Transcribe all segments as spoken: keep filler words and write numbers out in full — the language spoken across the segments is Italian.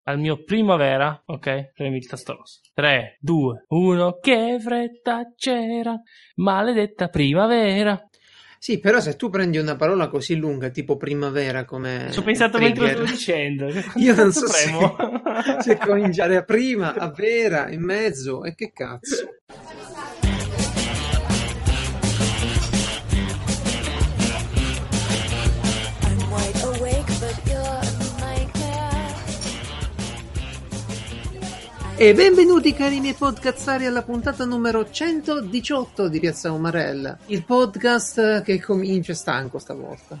al mio primavera, ok? Premi il tasto rosso. tre, due, uno, che fretta c'era, maledetta primavera. Sì, però se tu prendi una parola così lunga, tipo primavera, come ci ho pensato mentre lo trigger, stavo dicendo. io non so se, se cominciare a prima, a vera, in mezzo, e che cazzo. E benvenuti cari miei podcazzari alla puntata numero centodiciotto di Piazza Umarella, il podcast che comincia stanco stavolta.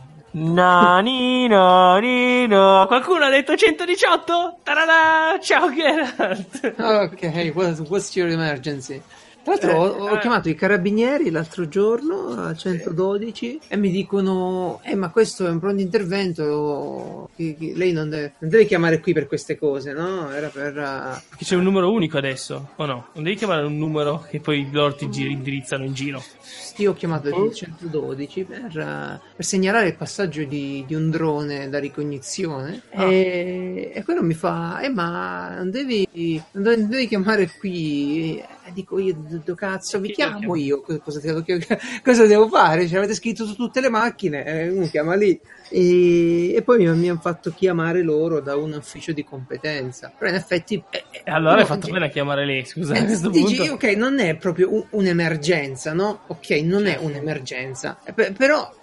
Nanino, Nino, qualcuno ha detto centodiciotto? Tarada! Ciao Geralt! Ok, what's, what's your emergency? Tra l'altro ho, ho chiamato i carabinieri l'altro giorno a centododici e mi dicono eh ma questo è un pronto intervento, che, che lei non deve, non deve chiamare qui per queste cose, no? Era per... Uh... Che c'è un numero unico adesso, o no? Non devi chiamare un numero che poi loro ti giri, indirizzano in giro. Io ho chiamato il centododici per, uh, per segnalare il passaggio di, di un drone da ricognizione ah. e, e quello mi fa eh ma non devi, non devi, non devi chiamare qui. E dico io do cazzo vi chiamo io cosa devo, cosa devo fare? Cioè, avete scritto su tutte le macchine, eh, uno chiama lì e, e poi mi, mi hanno fatto chiamare loro da un ufficio di competenza, però in effetti eh, e allora hai fatto bene a chiamare lei, scusa, eh, a questo dici, punto ok, non è proprio un, un'emergenza, no? Ok, non è un'emergenza, eh, per, però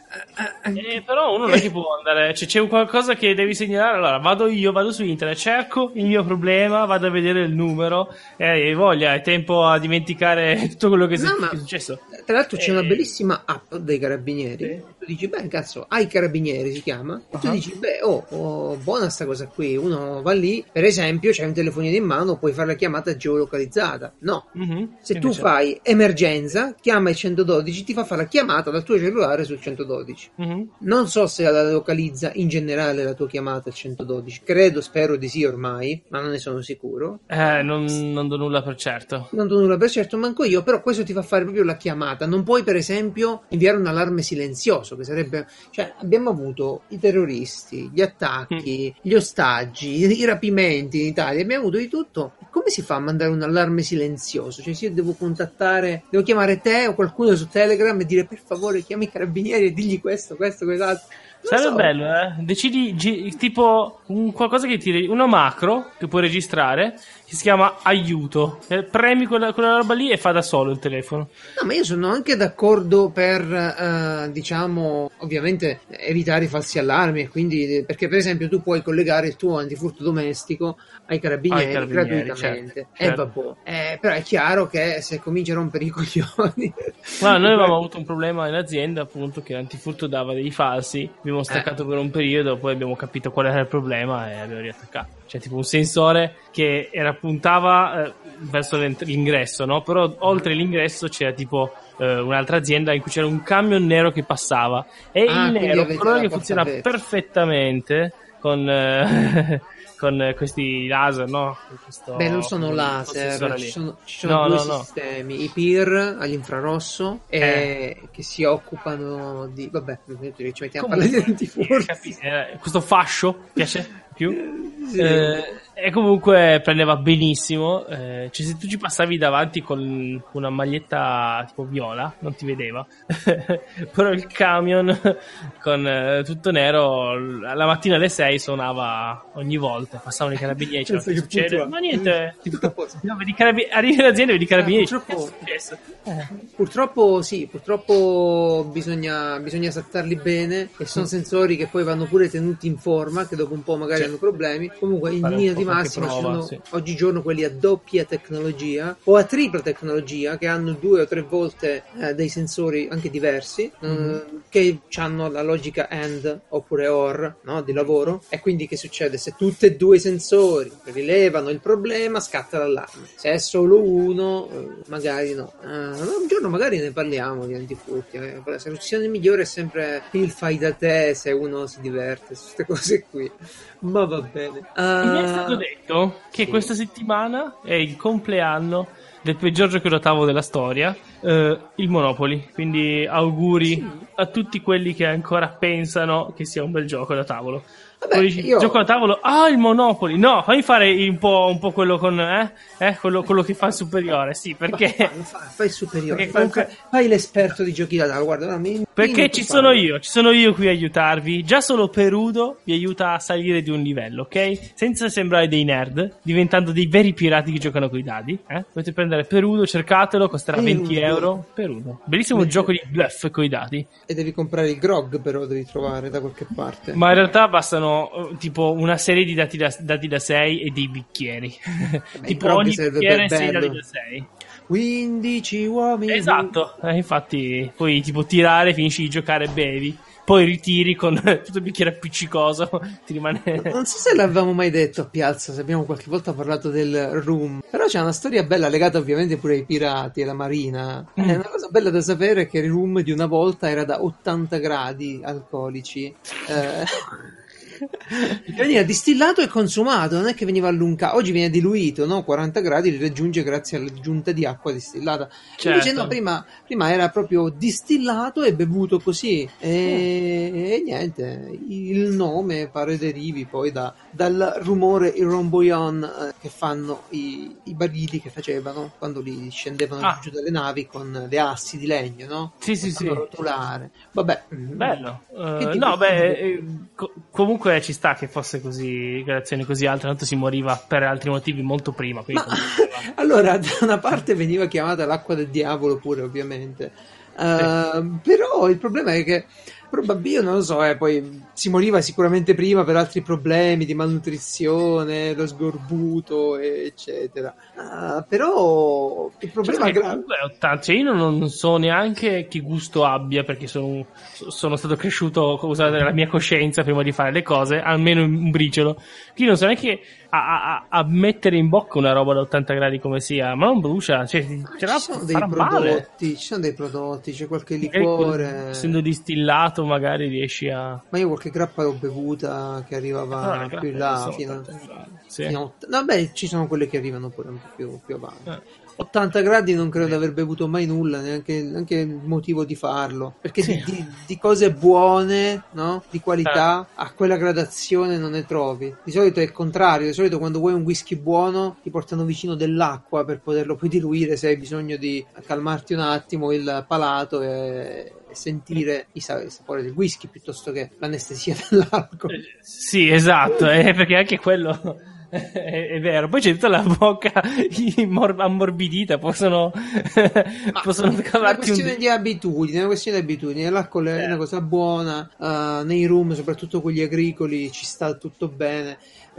eh, eh, eh, però uno non è che può andare, cioè, c'è qualcosa che devi segnalare, allora vado io, vado su internet, cerco il mio problema, vado a vedere il numero e hai voglia, hai tempo a dimenticare tutto quello che, no, è successo. Tra l'altro c'è eh, una bellissima app dei carabinieri, sì. Tu dici beh cazzo, hai carabinieri si chiama, e uh-huh. tu dici beh oh, oh buona sta cosa qui, uno va lì, per esempio c'hai un telefonino in mano, puoi fare la chiamata geolocalizzata, no, uh-huh. se tu fai emergenza, chiama il centododici, ti fa fare la chiamata dal tuo cellulare sul centododici, uh-huh. non so se la localizza in generale la tua chiamata al centododici, credo, spero di sì ormai, ma non ne sono sicuro, eh non, non do nulla per certo non do nulla per certo, manco io, però questo ti fa fare proprio la chiamata, non puoi per esempio inviare un allarme silenzioso, che sarebbe, cioè abbiamo avuto i terroristi, gli attacchi, mm. gli ostaggi, i, i rapimenti in Italia, abbiamo avuto di tutto, come si fa a mandare un allarme silenzioso? Cioè se io devo contattare, devo chiamare te o qualcuno su Telegram e dire per favore chiami i carabinieri e digli questo, questo, quell'altro. Sarebbe so. bello, eh? Decidi gi- tipo un qualcosa che ti una macro che puoi registrare che si chiama aiuto. Eh, premi quella, quella roba lì e fa da solo il telefono. No, ma io sono anche d'accordo per uh, diciamo ovviamente evitare i falsi allarmi e quindi perché per esempio tu puoi collegare il tuo antifurto domestico ai carabinieri, ai carabinieri gratuitamente. Certo, certo. E vabbè. Eh, però è chiaro che se cominci a rompere i coglioni. Guarda, noi avevamo avuto un problema in azienda appunto che l'antifurto dava dei falsi. Abbiamo staccato eh. per un periodo, poi abbiamo capito qual era il problema e abbiamo riattaccato. Cioè tipo un sensore che era puntava eh, verso l'ingresso, no? Però oltre l'ingresso c'era tipo eh, un'altra azienda in cui c'era un camion nero che passava e ah, il nero, quello che funziona perfettamente con eh, con questi laser, no? Questo, Beh, non sono laser, ci sono, ci sono no, due no, sistemi, no. I P I R all'infrarosso eh. e che si occupano di... Vabbè, ci mettiamo a parlare di antifurti. Eh, questo fascio piace più? Sì. Eh, e comunque prendeva benissimo, eh, cioè se tu ci passavi davanti con una maglietta tipo viola non ti vedeva però il camion con eh, tutto nero la mattina alle sei suonava ogni volta, passavano i carabinieri, cioè, che succede? Ma niente, no, vedi carabin- arrivi in azienda e vedi i carabinieri, eh, purtroppo, eh. purtroppo sì, purtroppo bisogna, bisogna sattarli bene e sono mm. sensori che poi vanno pure tenuti in forma, che dopo un po' magari sì. hanno problemi, comunque in linea di massima prova, sono sì. oggigiorno quelli a doppia tecnologia o a tripla tecnologia che hanno due o tre volte eh, dei sensori anche diversi mm-hmm. eh, che hanno la logica AND oppure OR, no, di lavoro, e quindi che succede? Se tutti e due i sensori rilevano il problema scatta l'allarme, se è solo uno eh, magari no. Eh, un giorno magari ne parliamo di antifurti, eh. La soluzione migliore è sempre il fai da te se uno si diverte su queste cose qui, ma va bene. Uh, mi è stato detto che sì. questa settimana è il compleanno del peggior gioco da tavolo della storia, eh, il Monopoly, quindi auguri sì. a tutti quelli che ancora pensano che sia un bel gioco da tavolo. Vabbè, dici, io... gioco a tavolo, ah il Monopoly, no, fammi fare un po', un po' quello con, eh, eh quello, quello che fa il superiore, sì, perché... Fai, fai, fai il superiore, perché fai, comunque... fai, fai l'esperto di giochi da tavolo, guarda, mi, perché ci sono io, ci sono io qui a aiutarvi, già solo Perudo vi aiuta a salire di un livello, ok? Senza sembrare dei nerd, diventando dei veri pirati che giocano coi dadi, eh? Potete prendere Perudo, cercatelo, costerà Perudo. venti euro, Perudo, bellissimo Beh, gioco di bluff coi dadi. E devi comprare il grog, però devi trovare da qualche parte. Ma in realtà bastano tipo una serie di dati da, dati da sei e dei bicchieri. Vabbè, tipo ogni bicchiere sei bello. dati da sei. quindici uomini. Esatto, eh, infatti puoi tipo tirare, finisci di giocare, bevi, poi ritiri con tutto il bicchiere appiccicoso, ti rimane... Non so se l'avevamo mai detto a Piazza, se abbiamo qualche volta parlato del room, però c'è una storia bella legata ovviamente pure ai pirati e alla marina. Mm. È una cosa bella da sapere che il room di una volta era da ottanta gradi alcolici. Eh... veniva distillato e consumato, non è che veniva allungato. Oggi viene diluito, no? quaranta gradi li raggiunge grazie all'aggiunta di acqua distillata. Certo. Invece no, prima, prima era proprio distillato e bevuto così. E, mm. e niente, il nome pare derivi poi da, dal rumore, il romboyon eh, che fanno i, i barili che facevano quando li scendevano ah. giù dalle navi con le assi di legno, no? Sì, sì, sì. Rotolare. Vabbè. Bello. Uh, no, beh, eh, co- comunque ci sta che fosse così, gradazioni così alte, tanto si moriva per altri motivi molto prima. Ma, allora, da una parte veniva chiamata l'acqua del diavolo pure, ovviamente. Uh, sì. Però il problema è che probabilmente, io non lo so, eh, poi si moriva sicuramente prima per altri problemi di malnutrizione, lo sgorbuto, eccetera. Uh, però il problema cioè, è grave. Cioè, io non so neanche che gusto abbia, perché sono, sono stato cresciuto usando la mia coscienza prima di fare le cose, almeno un briciolo. Quindi non so neanche a, a, a mettere in bocca una roba da ottanta gradi come sia, ma non brucia, cioè, ce la ci sono dei prodotti, male. ci sono dei prodotti, c'è qualche liquore, essendo distillato magari riesci a... Ma io qualche grappa l'ho bevuta che arrivava ah, più in là fino, sì. fino a ott- no, beh, ci sono quelle che arrivano pure un po' più, più avanti. Eh. ottanta gradi non credo di aver bevuto mai nulla, neanche, neanche il motivo di farlo, perché sì. di, di, di cose buone, no? Di qualità, eh. a quella gradazione non ne trovi. Di solito è il contrario, di solito quando vuoi un whisky buono ti portano vicino dell'acqua per poterlo poi diluire se hai bisogno di calmarti un attimo il palato e sentire il sapore del whisky piuttosto che l'anestesia dell'alcol. Sì, esatto, eh, perché anche quello è, è vero. Poi c'è tutta la bocca ammorbidita, possono possono cavarti. È una questione un... di abitudine, è una questione di abitudine. L'alcol è eh. una cosa buona, uh, nei room, soprattutto quelli agricoli, ci sta tutto bene.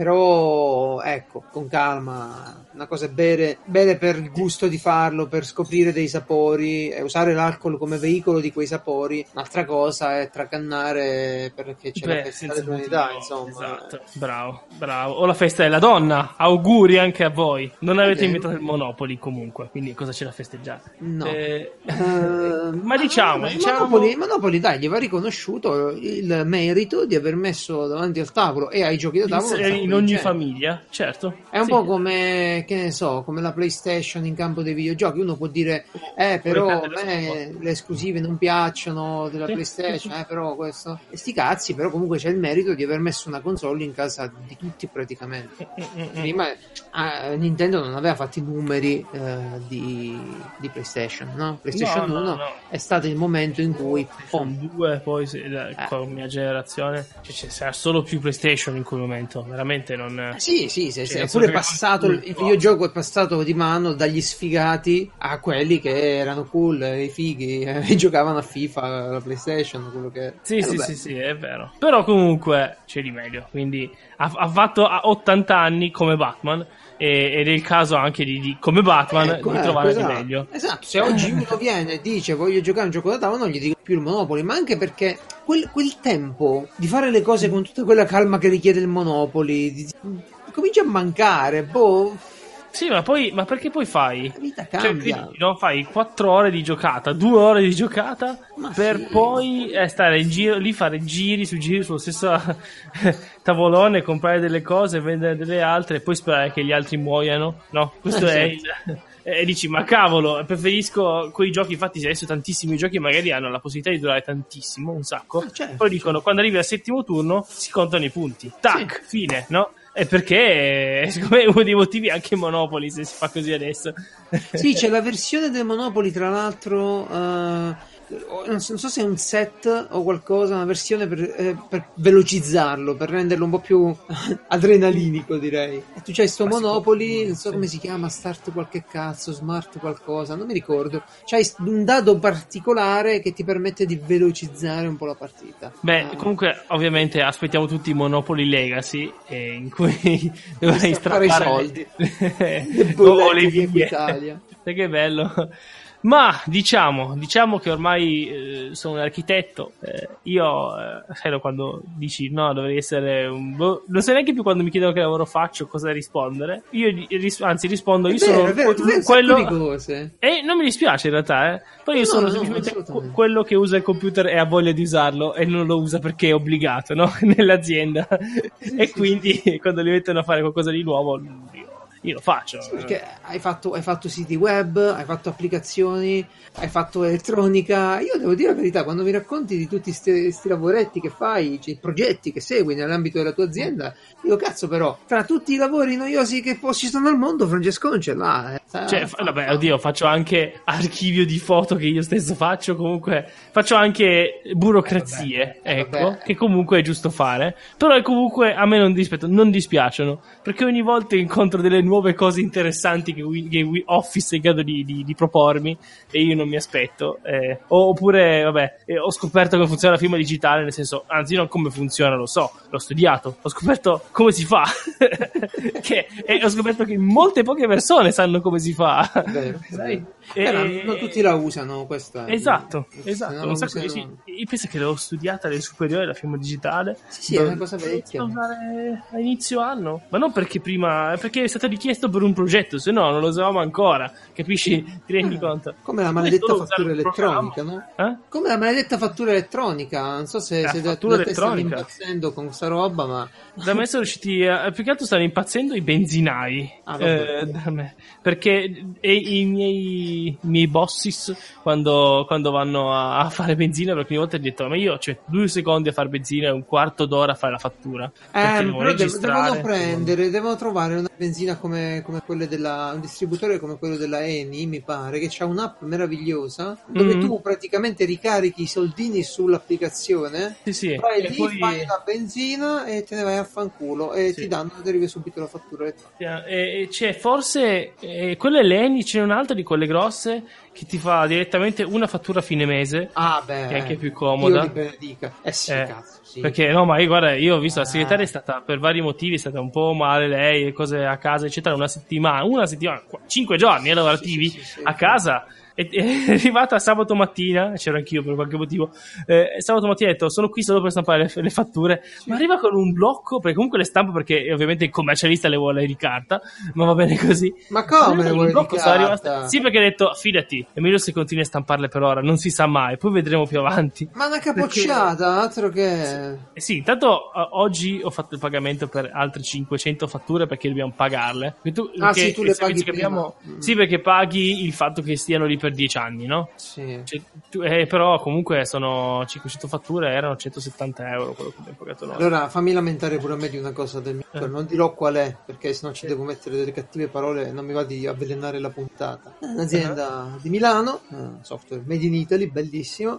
Però ecco, con calma, una cosa è bere, bere per il gusto di farlo, per scoprire dei sapori e usare l'alcol come veicolo di quei sapori. Un'altra cosa è tracannare perché c'è Beh, la festa dell'unità, insomma. Esatto, bravo, bravo. O la festa della donna, auguri anche a voi. Non avete inventato il Monopoli comunque, quindi cosa c'è da festeggiare? No. Eh, uh, ma diciamo, ah, diciamo... Monopoli, Monopoli, dai, gli va riconosciuto il merito di aver messo davanti al tavolo e ai giochi da tavolo in ogni famiglia, certo. È un sì. po' come, che ne so, come la PlayStation in campo dei videogiochi. Uno può dire, eh, però a me le esclusive non piacciono della sì. PlayStation, eh, però questo. E sti cazzi, però comunque c'è il merito di aver messo una console in casa di tutti praticamente. Prima eh, Nintendo non aveva fatto i numeri eh, di, di PlayStation, no? PlayStation no, uno no, no. è stato il momento in cui PlayStation due, poi sì, la, eh. con la mia generazione, cioè, c'era solo più PlayStation in quel momento, veramente. Non... Sì, sì, sì, sì. È pure passato il videogioco è passato di mano dagli sfigati a quelli che erano cool, i fighi, e giocavano a FIFA, alla PlayStation, quello che Sì, eh, sì, sì, sì, è vero. Però comunque c'è di meglio, quindi ha, ha fatto a ottanta anni come Batman e, ed è il caso anche di, di come Batman ecco, di ecco, trovare esatto. di meglio. Esatto, se oggi uno viene e dice voglio giocare un gioco da tavolo non gli dico più il Monopoli, ma anche perché quel, quel tempo di fare le cose con tutta quella calma che richiede il Monopoli di, comincia a mancare, boh. Sì, ma poi, ma perché poi fai? La vita cambia. Cioè, no, fai quattro ore di giocata, due ore di giocata, Ma per sì. poi eh, stare in giro lì, fare giri su giri sullo stesso tavolone, comprare delle cose, vendere delle altre e poi sperare che gli altri muoiano. No, questo Eh, è il... E dici, ma cavolo, preferisco quei giochi, infatti adesso tantissimi giochi magari hanno la possibilità di durare tantissimo, un sacco, Ah, certo, poi dicono, certo. quando arrivi al settimo turno si contano i punti, tac, Sì. fine, no? E perché, secondo me, è uno dei motivi anche Monopoly, se si fa così adesso. Sì, c'è la versione del Monopoly, tra l'altro, eh, non so, non so se è un set o qualcosa, una versione per, eh, per velocizzarlo, per renderlo un po' più adrenalinico, direi. E tu c'hai sto Ma Monopoly, non so sì. come si chiama, Start qualche cazzo, Smart qualcosa, non mi ricordo. C'hai un dado particolare che ti permette di velocizzare un po' la partita. Beh, Eh, comunque, ovviamente aspettiamo tutti Monopoly Legacy, eh, in cui dovrai strappare i strappare soldi. le, Le o, o bollette le di vie. Equitalia. Sai che bello. Ma diciamo, diciamo che ormai eh, sono un architetto. Eh, io, eh, sai, quando dici no, dovrei essere un. Boh, non so neanche più quando mi chiedono che lavoro faccio, cosa rispondere. Io, ris- anzi, rispondo: È io vero, sono è vero, tu fai un quello. sacco di cose. E non mi dispiace in realtà, eh. Poi io No, sono no, semplicemente assolutamente. que- quello che usa il computer e ha voglia di usarlo e non lo usa perché è obbligato, no? Nell'azienda. Sì, E sì, quindi sì. quando li mettono a fare qualcosa di nuovo, io, io lo faccio. Sì, perché hai fatto, hai fatto siti web, hai fatto applicazioni, hai fatto elettronica. Io devo dire la verità, quando mi racconti di tutti questi lavoretti che fai, cioè, i progetti che segui nell'ambito della tua azienda, dico cazzo però, tra tutti i lavori noiosi che ci sono al mondo, Francescone ce l'ha. Eh. Sa- Cioè, fa- vabbè, fa- oddio, faccio anche archivio di foto che io stesso faccio, comunque faccio anche burocrazie, Eh, vabbè, eh, ecco, vabbè. che comunque è giusto fare, però è comunque a me non, dispetto, non dispiacciono, perché ogni volta incontro delle nuove cose interessanti che, Wi- che Wi- Office è in grado di, di, di propormi e io non mi aspetto, eh, o- oppure, vabbè, eh, ho scoperto come funziona la firma digitale, nel senso, anzi non come funziona, lo so, l'ho studiato, ho scoperto come si fa, che, e ho scoperto che molte poche persone sanno come si fa. È vero, è Sai? vero. E- Però non tutti la usano, questa è- Esatto, se esatto. non Un la sacco di- usano- sì, io penso che l'ho studiata alle superiori, la firma digitale. Sì, sì, è una cosa vecchia. L'ho usare a inizio anno, ma non perché prima, perché è stato richiesto per un progetto, se no non lo usavamo ancora. Capisci? Ti rendi Eh, conto? Come la Poi maledetta solo usare fattura un elettronica, no? programma. Eh? Come la maledetta fattura elettronica. Non so se, La se da, fattura da te stanno elettronica. impazzendo con questa roba, ma Da me sono riusciti a, più che altro stanno impazzendo i benzinai, Ah, vabbè. eh, da me. Perché e i miei, i miei bossis quando, quando vanno a, a fare benzina, perché ogni volta hanno detto ma io cioè due secondi a fare benzina e un quarto d'ora a fare la fattura, perché Eh, devo però dev- registrare, devono prendere, devono trovare una benzina come, come quelle della, un distributore come quello della Eni, mi pare, che c'ha un'app meravigliosa dove Mhm. tu praticamente ricarichi i soldini sull'applicazione, Sì, sì. vai E lì, poi- fai la benzina e te ne vai a fanculo e Sì. ti danno, ti arriva subito la fattura elettronica. E, e c'è forse eh, quelle Leni, c'è un'altra di quelle grosse che ti fa direttamente una fattura a fine mese. Ah, beh, Che è anche più Dio comoda. li benedica. Eh sì, Eh, cazzo, sì. Perché no, ma io guarda, io ho visto la Ah. segretaria è stata per vari motivi, è stata un po' male lei, cose a casa, eccetera, una settimana, una settimana, qu- cinque giorni eh, lavorativi Sì, sì, sì, sì, a sì. casa. E- È arrivata sabato mattina, c'ero anch'io per qualche motivo. Eh, sabato mattina ha detto: sono qui solo per stampare le, le fatture. Ma arriva con un blocco, perché comunque le stampo perché ovviamente il commercialista le vuole di carta, ma va bene così. Ma come Arriva le con un vuole di blocco, sono carta? rimasta- Sì, perché ha detto: fidati, è meglio se continui a stamparle per ora, non si sa mai, poi vedremo più avanti. Ma una capocciata, altro che... Eh sì, intanto eh, oggi ho fatto il pagamento per altre cinquecento fatture perché dobbiamo pagarle. Perché tu, Ah, perché sì, tu le il servizio paghi che abbiamo- prima. Mm. Sì, perché paghi il fatto che stiano lì per dieci anni, no? Sì. Cioè, tu- eh, però comunque sono cinquecento fatture, erano centosettanta euro quello che abbiamo pagato noi. Allora fammi lamentare pure a me di una cosa del mio Eh. non dirò qual è, perché sennò ci devo mettere delle cattive parole e non mi va di avvelenare la puntata. È un'azienda di Milano, eh, software made in Italy, bellissimo.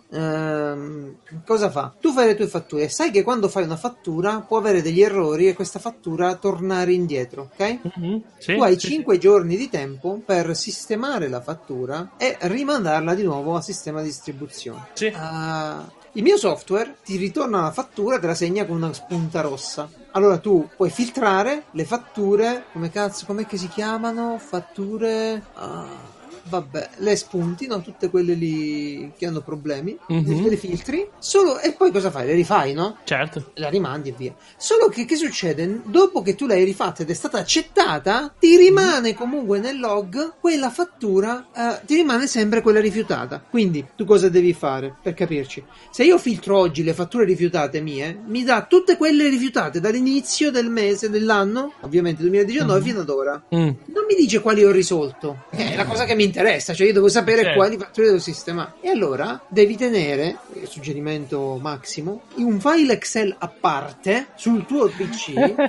Ehm, cosa fa? Tu fai le tue fatture, sai che quando fai una fattura può avere degli errori e questa fattura tornare indietro, ok? Mhm, sì, Tu hai sì, cinque giorni di tempo per sistemare la fattura e rimandarla di nuovo a sistema di distribuzione. sì. Ah, il mio software ti ritorna la fattura, te la segna con una spunta rossa. Allora tu puoi filtrare le fatture, come cazzo, com'è che si chiamano? Fatture... ah, vabbè, le spunti, no? Tutte quelle lì che hanno problemi, Mhm. le filtri, solo, e poi cosa fai? Le rifai, no? Certo. La rimandi e via. Solo che che succede? Dopo che tu l'hai rifatta ed è stata accettata, ti rimane comunque nel log quella fattura, eh, ti rimane sempre quella rifiutata. Quindi tu cosa devi fare per capirci? Se io filtro oggi le fatture rifiutate mie, mi dà tutte quelle rifiutate dall'inizio del mese dell'anno, ovviamente duemiladiciannove, fino ad ora. Mm. Non mi dice quali ho risolto, che è la cosa che mi interessa, cioè io devo sapere Certo. quali fatture devo sistemare. E allora devi tenere, eh, suggerimento massimo, un file Excel a parte sul tuo P C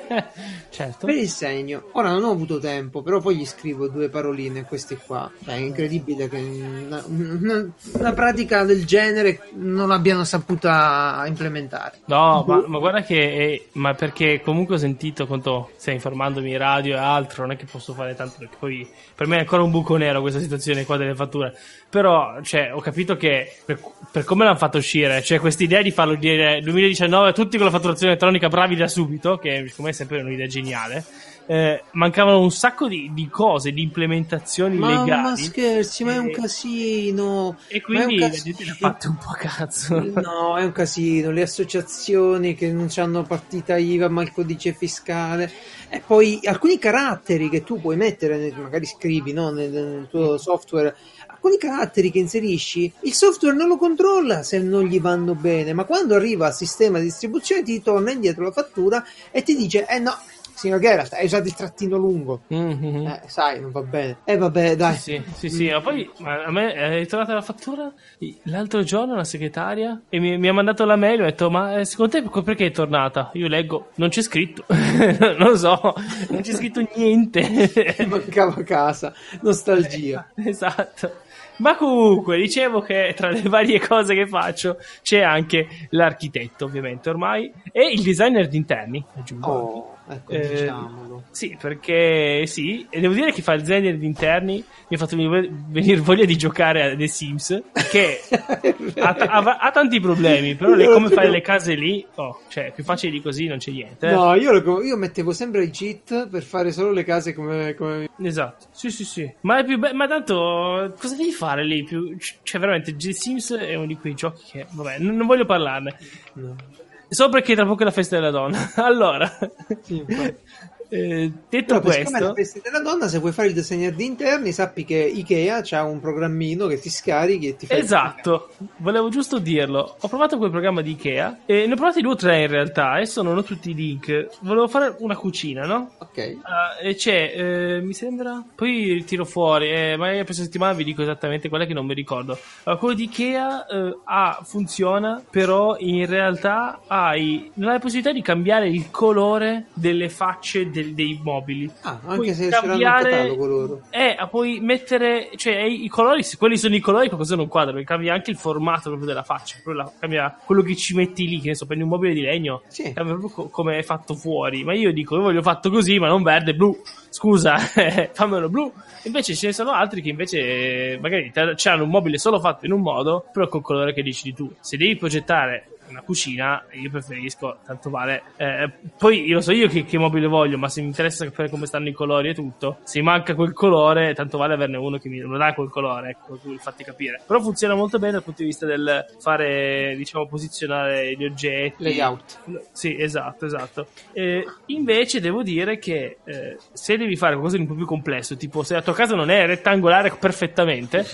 Certo. per il segno. Ora non ho avuto tempo, però poi gli scrivo due paroline a questi qua. Beh, è incredibile che una, una- una pratica del genere non l'abbiano saputa implementare. No, ma, ma guarda che è, ma perché comunque ho sentito quanto stai informandomi in radio e altro, non è che posso fare tanto perché poi per me è ancora un buco nero questa situazione qua delle fatture. Però, cioè, ho capito che per, per come l'hanno fatto uscire, cioè questa idea di farlo dire duemiladiciannove tutti con la fatturazione elettronica bravi da subito, che secondo me è sempre un'idea geniale. Eh, mancavano un sacco di, di cose, di implementazioni Ma, legali. ma scherzi, ma è un E- casino. E Ma è un quindi la casino. gente l'ha fatto un po' a cazzo. No, è un casino. Le associazioni che non hanno partita I V A ma il codice fiscale. E poi alcuni caratteri che tu puoi mettere, nel- magari scrivi, no, nel, nel tuo software, alcuni caratteri che inserisci, il software non lo controlla se non gli vanno bene, ma quando arriva al sistema di distribuzione ti torna indietro la fattura e ti dice, eh no, signor Geralt, hai usato il trattino lungo. Mhm. Eh, sai, non va bene. Eh, vabbè, dai. Sì, sì, sì, ma poi ma a me è ritornata la fattura l'altro giorno una segretaria e mi, mi ha mandato la mail e ho detto ma eh, secondo te perché è tornata? Io leggo, non c'è scritto, non lo so, non c'è scritto niente. Mancava casa, nostalgia. Esatto. Ma comunque, dicevo che tra le varie cose che faccio c'è anche l'architetto, ovviamente, ormai, e il designer di interni, aggiungo. Oh, ecco, Eh, diciamolo. Sì, perché sì, e devo dire che fa il designer di interni mi ha fatto venire venire voglia di giocare a The Sims, che ha, ha- ha tanti problemi, però le, come fare le case lì, oh, cioè, più facile di così non c'è niente. eh. No, io, lo- io mettevo sempre i cheat per fare solo le case come... come... Esatto, sì, sì, sì. Ma è più be- ma tanto cosa devi fare lì? Più... Cioè, veramente, The Sims è uno di quei giochi che, vabbè, non, non voglio parlarne. No. Solo perché tra poco è la festa della donna. Allora, Sì, infatti. eh, detto Però, per siccome è la questo, festa della donna, se vuoi fare il designer di interni, sappi che Ikea c'ha un programmino che ti scarichi e ti fai... esatto, volevo giusto dirlo. Ho provato quel programma di Ikea e ne ho provati due o tre in realtà e sono non tutti i link. Volevo fare una cucina, no? Ok. Ah, e c'è, eh, mi sembra. Poi tiro fuori, eh, magari la prossima settimana vi dico esattamente qual è che non mi ricordo. Allora, quello di Ikea eh, ha, funziona, però in realtà hai, non hai la possibilità di cambiare il colore delle facce del- dei mobili. Ah, Puoi anche se ce l'hanno in catalogo loro. Eh, puoi mettere, cioè i, i colori, se quelli sono i colori, qualcosa non quadra, perché cambia anche il formato proprio della faccia, proprio la- cambia quello che ci metti lì, che ne so, prendi un mobile di legno, Sì. cambia proprio co- come è fatto fuori. Ma io dico, io voglio fatto così, ma non verde, blu. Scusa, fammelo blu. Invece ce ne sono altri che invece eh, magari te- c'hanno un mobile solo fatto in un modo, però col colore che decidi tu. Se devi progettare una cucina, io preferisco, tanto vale. Eh, poi io lo so io che, che mobile voglio, ma se mi interessa sapere come stanno i colori e tutto, se manca quel colore, tanto vale averne uno che mi lo dà quel colore, ecco, tu fatti capire. Però funziona molto bene dal punto di vista del fare, diciamo, posizionare gli oggetti. Layout. Sì, esatto, esatto. Eh, invece devo dire che eh, se devi fare qualcosa di un po' più complesso, tipo se la tua casa non è rettangolare perfettamente,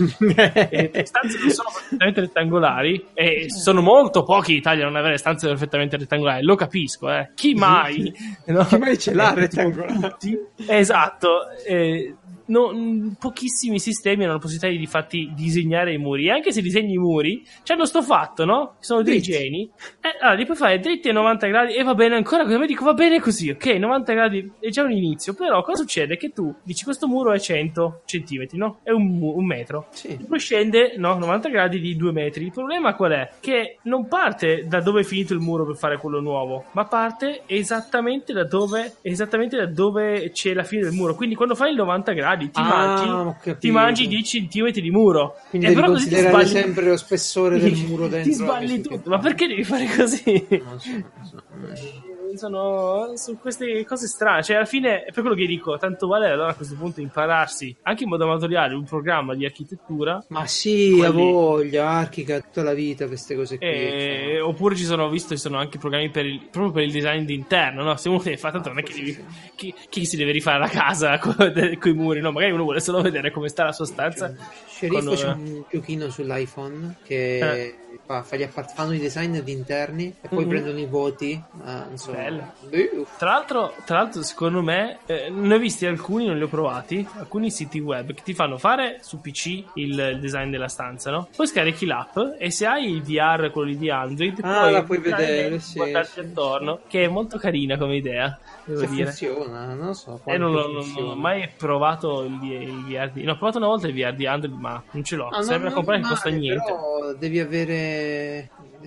e le stanze non sono perfettamente rettangolari, e sono molto pochi in Italia a non avere stanze perfettamente rettangolari, lo capisco, eh. Chi mai? No? Chi mai ce l'ha Eh, rettangolare? tutti. Esatto. Eh, no, mh, pochissimi sistemi hanno la possibilità di difatti disegnare i muri. E anche se disegni i muri, c'hanno sto fatto, no? Sono dei Dritti. geni. Eh, allora, li puoi fare dritti a novanta gradi e va bene ancora. Come dico, va bene così, ok? novanta gradi è già un inizio. Però cosa succede? Che tu dici questo muro è cento centimetri, no? È un, mu- un metro. Sì. Poi scende, no? novanta gradi di due metri. Il problema qual è? Che non parte da dove è finito il muro per fare quello nuovo, ma parte esattamente da dove, esattamente da dove c'è la fine del muro. Quindi quando fai il novanta gradi ti Ah, ho mangi, capito. ti mangi dieci centimetri di muro. Quindi E devi però così ti considerare sbagli- sempre lo spessore del muro dentro. Ti sbagli anche se- tutto. Ma perché devi fare così? Non so, non so. sono su queste cose strane, cioè alla fine è per quello che dico, tanto vale allora a questo punto impararsi anche in modo amatoriale un programma di architettura. Ma sì, quelli... a voglia, Archica tutta la vita, queste cose qui. E... oppure ci sono, visto, ci sono anche programmi per il, proprio per il design d'interno, no? Se uno deve fare, tanto non è che devi, chi, chi si deve rifare la casa con i muri, no? Magari uno vuole solo vedere come sta la sostanza. Sceriffo con... c'è un giochino sull'iPhone che eh. fa, fa gli appart- fanno i design di interni e poi mm-hmm. prendono i voti. Ah, non so. Bello. Tra l'altro, tra l'altro, secondo me, eh, ne ho visti alcuni, non li ho provati, alcuni siti web che ti fanno fare su P C il, il design della stanza, no? Poi scarichi l'app e se hai il V R, quello di Android, ah, puoi la puoi vedere, sì, guardarti sì, attorno, sì. Che è molto carina come idea. Devo se dire. funziona, non so. E eh, non, non, non ho mai provato il, il V R di... No, ho provato una volta il V R di Android, ma non ce l'ho. Ah, sembra no, comprare che costa niente. Però devi avere...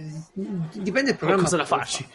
dipende dal programma. Ma cosa la facci?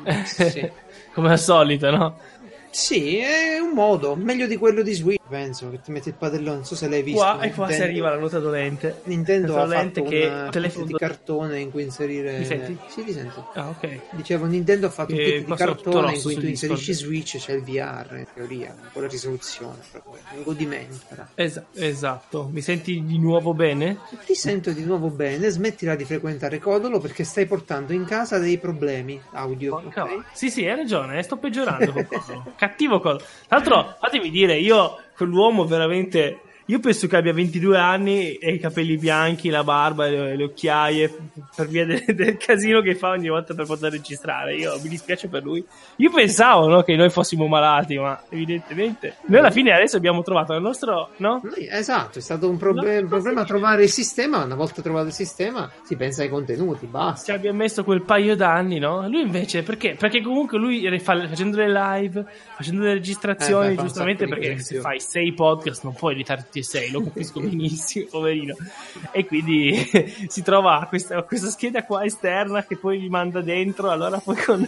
Sì. Come al solito, no? Sì, è un modo meglio di quello di Switch, penso, che ti metti il padellone. Non so se l'hai visto. Qua e qua si arriva la nota dolente. Nintendo ha fatto che una telefono di cartone in cui inserire. Mi senti? Sì, ti sento. Ah, ok. Dicevo, Nintendo ha fatto un kit di cartone in cui tu inserisci Discord. Switch, c'è il V R in teoria, con la risoluzione, proprio un godimento. Es- esatto. Mi senti di nuovo bene? Ti sento di nuovo bene. Smettila di frequentare Codolo perché stai portando in casa dei problemi audio. Okay? Sì, sì, hai ragione. Sto peggiorando con Codolo. Cattivo Codolo. Tra l'altro, fatemi dire, io quell'uomo veramente, io penso che abbia ventidue anni e i capelli bianchi, la barba, le, le occhiaie, per via del, del casino che fa ogni volta per poter registrare. Io mi dispiace per lui. Io pensavo, no, che noi fossimo malati, ma evidentemente noi alla fine adesso abbiamo trovato il nostro, no? Esatto, è stato un, proble- un problema trovare il sistema. Una volta trovato il sistema si pensa ai contenuti, basta. Ci abbiamo messo quel paio d'anni, no? Lui invece perché? Perché comunque lui fa, facendo le live, facendo le registrazioni, eh, beh, giustamente perché se fai sei podcast non puoi editare tutti e sei, lo capisco benissimo, poverino. E quindi si trova questa, questa scheda qua esterna che poi gli manda dentro, allora poi con,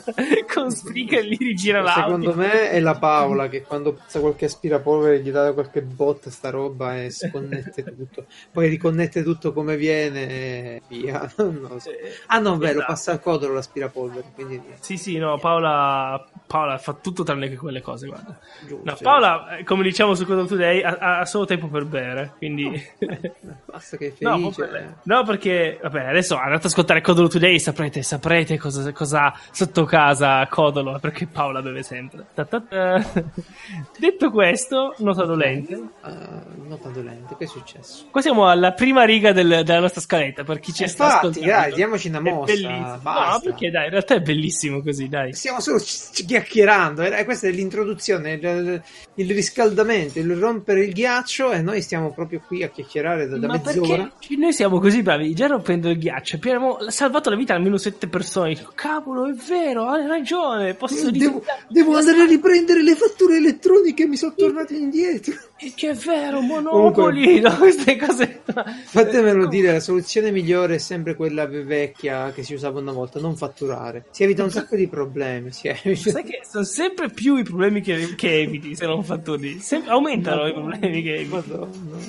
con Spreaker gli rigira l'audio. Secondo me è la Paola che quando passa qualche aspirapolvere gli dà qualche bot sta roba e sconnette tutto, poi riconnette tutto come viene e via. Non lo so. Ah no, beh, esatto. Lo passa al codolo l'aspirapolvere, quindi... sì sì, no, Paola Paola fa tutto tranne che quelle cose, guarda. Giusto, no, Paola, come diciamo su Codolo Today, ha, ha solo tempo per bere, quindi no, basta che è felice. No, no, perché vabbè, adesso andate ad ascoltare Codolo Today, saprete saprete cosa, cosa sotto casa Codolo, perché Paola beve sempre. Ta-ta-ta. Detto questo, nota dolente. Uh, nota dolente, che è successo? Qua siamo alla prima riga del, della nostra scaletta, per chi ci Infatti, sta ascoltando. Dai, diamoci una mossa. No, perché dai, in realtà è bellissimo così, dai. Stiamo solo chiacchierando, eh, questa è l'introduzione, il, il riscaldamento, il rompere il ghiaccio e noi stiamo proprio qui a chiacchierare da, da Ma mezz'ora. Perché noi siamo così bravi, già rompendo il ghiaccio, abbiamo salvato la vita a almeno sette persone. Dico, cavolo, è vero, hai ragione, posso devo, devo andare a riprendere le fatture elettroniche, mi sono tornati indietro. Che è vero, Monopoli, no? Queste cose. Fatemelo dire, la soluzione migliore è sempre quella vecchia che si usava una volta, non fatturare. Si evita un sacco di problemi. Si evita. Sai che sono sempre più i problemi che, che eviti se non fatturi. Sem- aumentano no, i problemi che eviti. Madonna,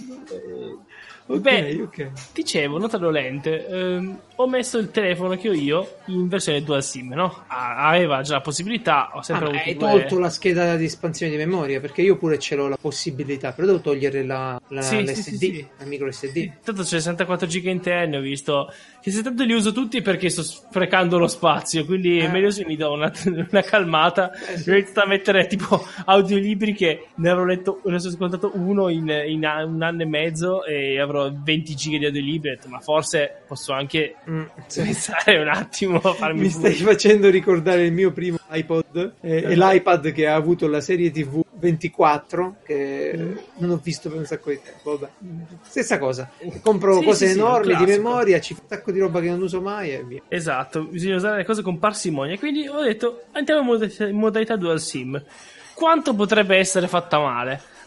no. Ok, Beh, ok. Dicevo, nota dolente, ehm, ho messo il telefono che ho io in versione dual sim, no? Ah, aveva già la possibilità, ho sempre ah, avuto hai due... tolto la scheda di espansione di memoria, perché io pure ce l'ho la possibilità, però devo togliere la, la sì, l'S D, sì, sì, sì. la micro S D. Sì, tanto c'è sessantaquattro giga interni, ho visto che se tanto li uso tutti perché sto sprecando lo spazio, quindi eh. è meglio se mi do una, una calmata. Eh, sì. Ho iniziato a mettere tipo audiolibri che ne avrò letto, ne ho ascoltato uno in, in un anno e mezzo e avrò venti giga di audiolibri, ho detto, ma forse posso anche mm, sì. pensare un attimo a farmi mi stai pure. Facendo ricordare il mio primo iPod eh, e l'iPad che ha avuto la serie tivù ventiquattro che mm. non ho visto per un sacco di tempo. Vabbè. Stessa cosa, compro sì, cose sì, enormi sì, di memoria, ci fa un sacco di roba che non uso mai e via. Esatto, bisogna usare le cose con parsimonia, quindi ho detto andiamo in modalità, in modalità dual sim. Quanto potrebbe essere fatta male?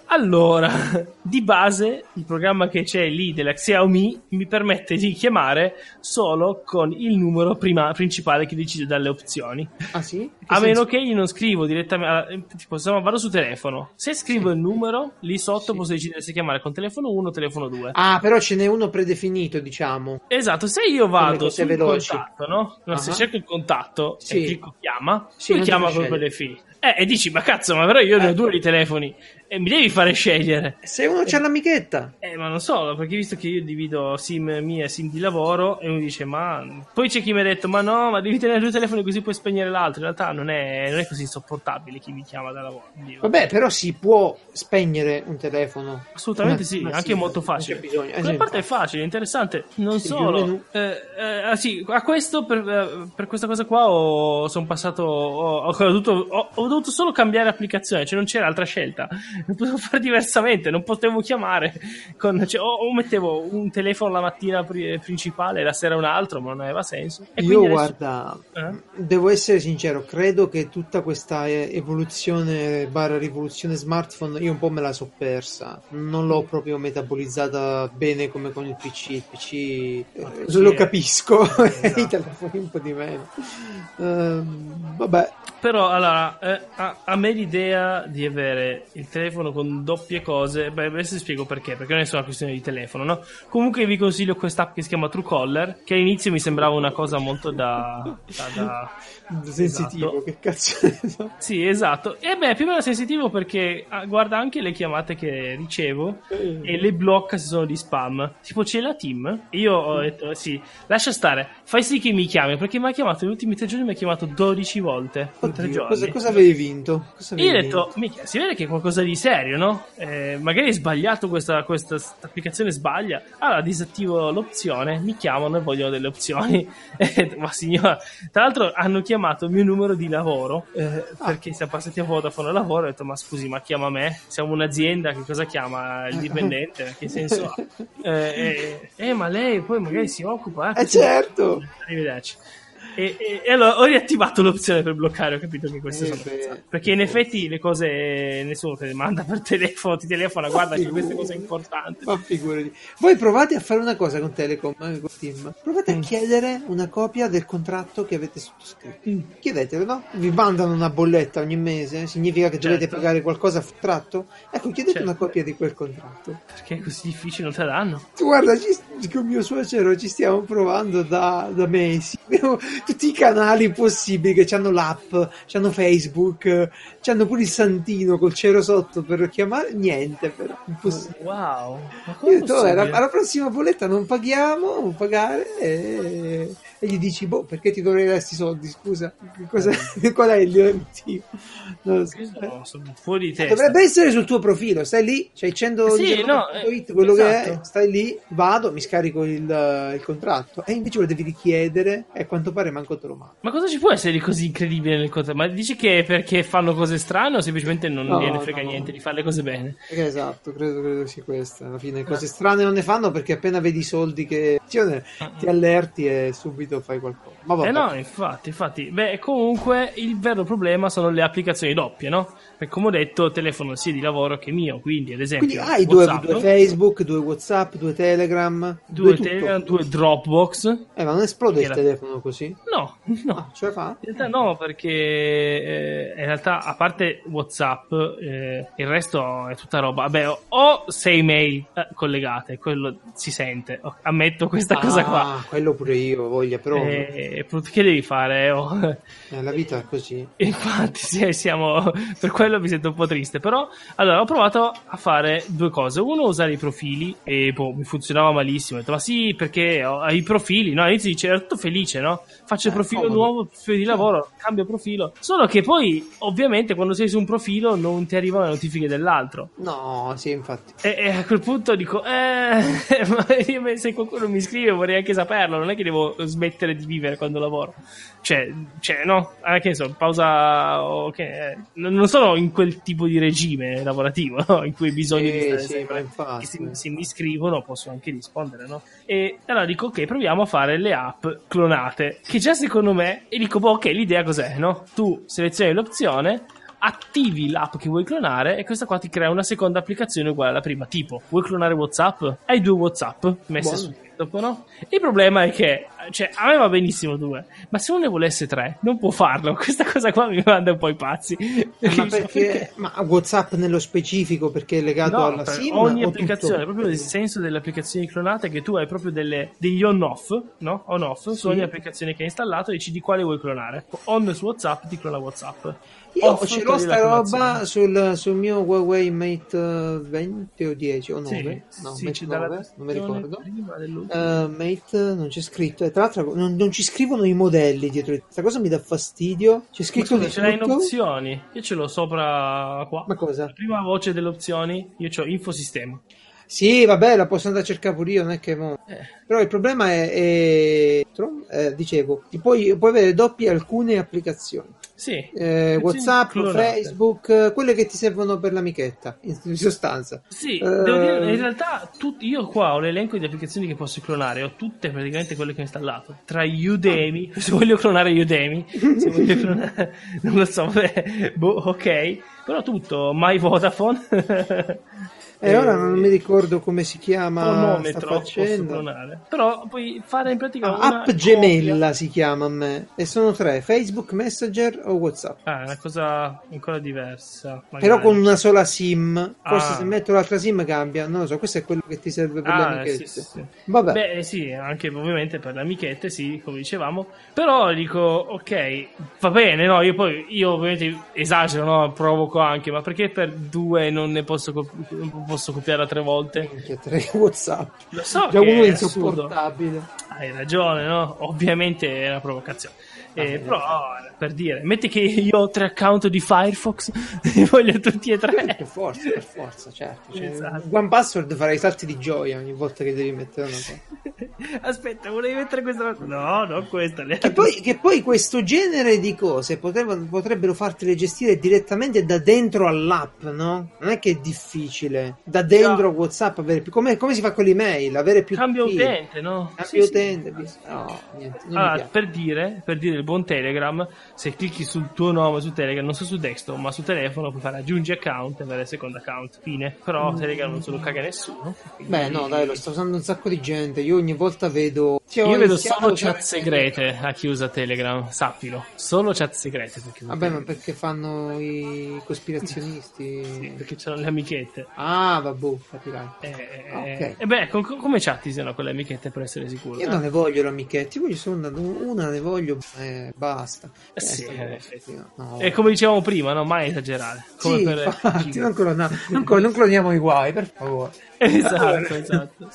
Allora, di base il programma che c'è lì della Xiaomi mi permette di chiamare solo con il numero prima, principale che decide dalle opzioni. Ah sì? Che A senso? meno che io non scrivo direttamente, tipo se vado su telefono, se scrivo Sì. il numero, lì sotto Sì. posso decidere se chiamare con telefono uno o telefono due. Ah, però ce n'è uno predefinito, diciamo. Esatto, se io vado cose sul veloci. contatto, no? No, se Ah. cerco il contatto Sì. e clicco chiama, Sì, lui non ti chiama fa con scegliere. quelle fili. Eh, e dici, ma cazzo, ma però io ne ho Eh. due di telefoni e mi devi fare scegliere. Se uno c'ha l'amichetta. Eh, ma non so, perché visto che io divido SIM mia e SIM di lavoro, e uno dice, ma... Poi c'è chi mi ha detto, ma no, ma devi tenere due telefoni così puoi spegnere l'altro. In realtà non è, non è così insopportabile chi mi chiama da lavoro. Quindi, Vabbè, però si può spegnere un telefono. assolutamente Ma- sì, ma anche sì, molto non facile. c'è bisogno. Eh, Quella sì, parte è infatti. facile, interessante. Non Sì, più o solo, meno. eh, eh, ah, sì, a questo per, eh, per questa cosa qua ho, sono passato. Ho, ho dovuto, ho, ho dovuto solo cambiare applicazione, cioè non c'era altra scelta. Non potevo fare diversamente, non potevo chiamare. Con, cioè, o, o mettevo un telefono la mattina pri- principale e la sera un altro, ma non aveva senso. E Io quindi adesso- guarda, Eh? devo essere sincero, credo che tutta questa eh, evoluzione barra rivoluzione smartphone io un po' me la so persa, non l'ho proprio metabolizzata bene come con il P C, il P C eh, Sì, lo eh. capisco, Esatto. i telefoni un po' di meno. Ehm, vabbè, Però allora, eh, a, a me l'idea di avere il telefono con doppie cose, beh, adesso ti spiego perché, perché non è solo una questione di telefono, no? Comunque vi consiglio quest'app che si chiama Truecaller, che all'inizio mi sembrava una cosa molto da... da, da sensitivo, esatto. che cazzo ne so. Sì, esatto. E beh, più o meno sensitivo perché ah, guarda anche le chiamate che ricevo e le blocca se sono di spam. Tipo c'è la team. Io ho detto sì, lascia stare, fai sì che mi chiami, perché mi ha chiamato negli ultimi tre giorni, mi ha chiamato dodici volte in tre Oddio, giorni. cosa, cosa avevi vinto? Cosa Io ho avevi detto, vinto? mica, si vede che è qualcosa di serio, no? Eh, magari è sbagliato questa, questa applicazione sbaglia. Allora disattivo l'opzione, mi chiamano e vogliono delle opzioni. Eh, ma signora, tra l'altro hanno chiamato il mio numero di lavoro eh, perché siamo passati a Vodafone a lavoro. Ho detto, ma scusi, ma chiama me? Siamo un'azienda, che cosa chiama il dipendente? Che senso ha? Eh, eh, eh, ma lei poi magari si occupa. Eh certo! Arrivederci. E, e, e allora ho riattivato l'opzione per bloccare, ho capito che queste Eh, sono beh, cazzate. Perché in effetti le cose nessuno te le manda per telefono, ti telefona, guarda che queste cose figurati. importanti. Ma figurati. Voi provate a fare una cosa con Telecom, eh, con Team. Provate a chiedere una copia del contratto che avete sottoscritto. Mm. Chiedetelo, no? Vi mandano una bolletta ogni mese, significa che dovete Certo. pagare qualcosa a tratto? Ecco, chiedete Certo. una copia di quel contratto. Perché è così difficile, non te la danno? Guarda, ci, con mio suocero ci stiamo provando da, da mesi. Abbiamo tutti i canali possibili che hanno l'app, hanno Facebook, hanno pure il santino col cero sotto per chiamare. Niente, però, impossibile. Wow, ma Io come ho detto, "Oh, alla, possibile? alla prossima bolletta non paghiamo, non pagare e, e gli dici, boh, perché ti dovrei dare questi soldi, scusa? Che cosa, qual è il motivo? Non lo so. No, sono fuori di Eh, testa. Dovrebbe essere sul tuo profilo, stai lì, c'hai cento Sì, no, eh, quello che è, esatto. stai lì, vado, mi scarico il, il contratto e invece lo devi richiedere e a quanto pare manco te lo mando. Ma cosa ci può essere di così incredibile nel contratto? Ma dici che è perché fanno cose strane o semplicemente non No, gliene frega no. niente di fare le cose bene? Eh, Esatto, credo, credo sia questa. Alla fine cose strane non ne fanno perché appena vedi i soldi che ti allerti e subito fai qualcosa. Ma vabbè. Eh no, infatti, infatti. Beh, comunque il vero problema sono le applicazioni doppie, no? Perché come ho detto, telefono sia di lavoro che mio, quindi ad esempio Quindi hai due, WhatsApp, due Facebook, due WhatsApp, due Telegram, due tutto. Telegram, due Dropbox. Eh, ma non esplode Che il la- telefono così? No, no. Ah, ce la fa? In realtà no, perché eh, in realtà a parte WhatsApp, eh, il resto è tutta roba. Vabbè, o- o sei mail eh, collegate, quello si sente. Oh, ammetto questa cosa qua. Ah, quello pure io, voglia, però Eh, che devi fare? Oh. eh, la vita è così. Infatti, sì, siamo per quello mi sento un po' triste. Però, allora, ho provato a fare due cose. Uno, usare i profili e boh, mi funzionava malissimo. Ho detto, ma sì, perché ho i profili, no? All'inizio dice, ero tutto felice, no? Faccio il Eh, profilo comodo. nuovo, profilo di lavoro, cambio profilo. Solo che poi, ovviamente, quando sei su un profilo non ti arrivano le notifiche dell'altro. No, sì, infatti. E, e a quel punto dico, eh, ma io, se qualcuno mi scrive vorrei anche saperlo, non è che devo smettere di vivere quando lavoro. Cioè, cioè no, anche so, pausa, ok, eh, non non sono in quel tipo di regime lavorativo, no? In cui hai bisogno Sì, di stare sì, sempre, ma infatti. che se, se mi scrivono posso anche rispondere, no? E allora dico, ok, proviamo a fare le app clonate, che già secondo me, e dico, boh, ok, l'idea cos'è, no? Tu selezioni l'opzione, attivi l'app che vuoi clonare e questa qua ti crea una seconda applicazione uguale alla prima. Tipo, vuoi clonare WhatsApp? Hai due WhatsApp messe Buono. su dopo, no? Il problema è che, cioè, a me va benissimo due, ma se uno ne volesse tre, non può farlo. Questa cosa qua mi manda un po' i pazzi. Ma perché? Ma WhatsApp nello specifico perché è legato no, alla per SIM? ogni o applicazione, tutto? proprio il senso delle applicazioni clonate è che tu hai proprio delle, degli on-off, no? On-off Sì. su ogni applicazione che hai installato e decidi quale vuoi clonare. On su WhatsApp ti clona WhatsApp. Io Off ce l'ho togli sta la roba clonazione. sul, sul mio Huawei Mate venti o dieci o Sì, nove, no, sì, Mate c'è dalla nove, non mi ricordo. prima dell'ultima. Uh, Mate non c'è scritto, e tra l'altro non, non ci scrivono i modelli dietro. Questa cosa mi dà fastidio. C'è Ma scritto scusa, di ce l'hai in tutto. opzioni? Io ce l'ho sopra qua. Ma cosa? La prima voce delle opzioni, io ho infosistema. Sì, vabbè, la posso andare a cercare pure io, non è che mo. Eh. Però il problema è, è... Eh, dicevo, puoi, puoi avere doppie alcune applicazioni. Sì. Eh, WhatsApp, clonate. Facebook, quelle che ti servono per l'amichetta, in sostanza. Sì, Eh, devo dire, in realtà tut- io qua ho l'elenco di applicazioni che posso clonare, ho tutte praticamente quelle che ho installato, tra Udemy, se voglio clonare Udemy, se voglio clonare, non lo so, beh, boh, ok, però tutto, My Vodafone, E ora non mi ricordo come si chiama sta cronometro posso faccenda. clonare, però puoi fare in pratica Ah, una app copia. gemella si chiama a me. E sono tre: Facebook, Messenger o WhatsApp. Ah, è una cosa ancora diversa, magari. Però con una sola SIM. Forse Ah. se metto l'altra SIM cambia. Non lo so, questo è quello che ti serve per le Ah, amichette. sì, sì, sì. Vabbè. Beh, sì, anche ovviamente per le amichette, sì, come dicevamo. Però dico, ok, va bene, no? Io poi, io ovviamente esagero, no? Provoco anche, ma perché per due non ne posso, copi- non posso copiare a tre volte? Minchia, tre WhatsApp. Lo so Già che uno è è assurdo. insopportabile. Hai ragione, no? Ovviamente è una provocazione. Eh, Ah, però, per dire, metti che io ho tre account di Firefox, li voglio tutti e tre. Per forza, per forza, certo. Cioè, Esatto. One Password farai salti di gioia ogni volta che devi mettere una cosa. Aspetta, volevi mettere questa? No, non questa. le Che altre. poi, che poi questo genere di cose potrebbero, potrebbero fartele gestire direttamente da dentro all'app, no? Non è che è difficile. Da dentro a WhatsApp, avere più, come, come si fa con l'email? Avere più Cambio fili. utente, no? Cambio Sì, sì. utente. No, niente, non mi Allora, piace. per dire, per dire il buon Telegram, se clicchi sul tuo nome su Telegram, non so su desktop, ma su telefono puoi fare aggiungi account e avere il secondo account. Fine. Però Telegram non se lo caga nessuno. quindi- Beh, no, dai, lo sta usando un sacco di gente. Io ogni volta vedo. Sì, ho Io vedo iniziato solo già- chat segrete a chi usa Telegram, sappilo. Solo chat segrete per chi usa Vabbè, ma Telegram. perché fanno i cospirazionisti? Sì, perché c'hanno le amichette. Ah, vabbè, capirai. Eh, eh, Ah, ok. E beh, con- come chattizzano con le amichette per essere sicuro? Io eh? non ne voglio l'amichetti, voglio solo una, una ne voglio, eh, basta. Eh sì, sta eh, cosa, effetti. no. E come dicevamo prima, no? Mai esagerare. Come Sì, per infatti, non, clona- non, clon- non cloniamo i guai, per favore. Esatto, esatto.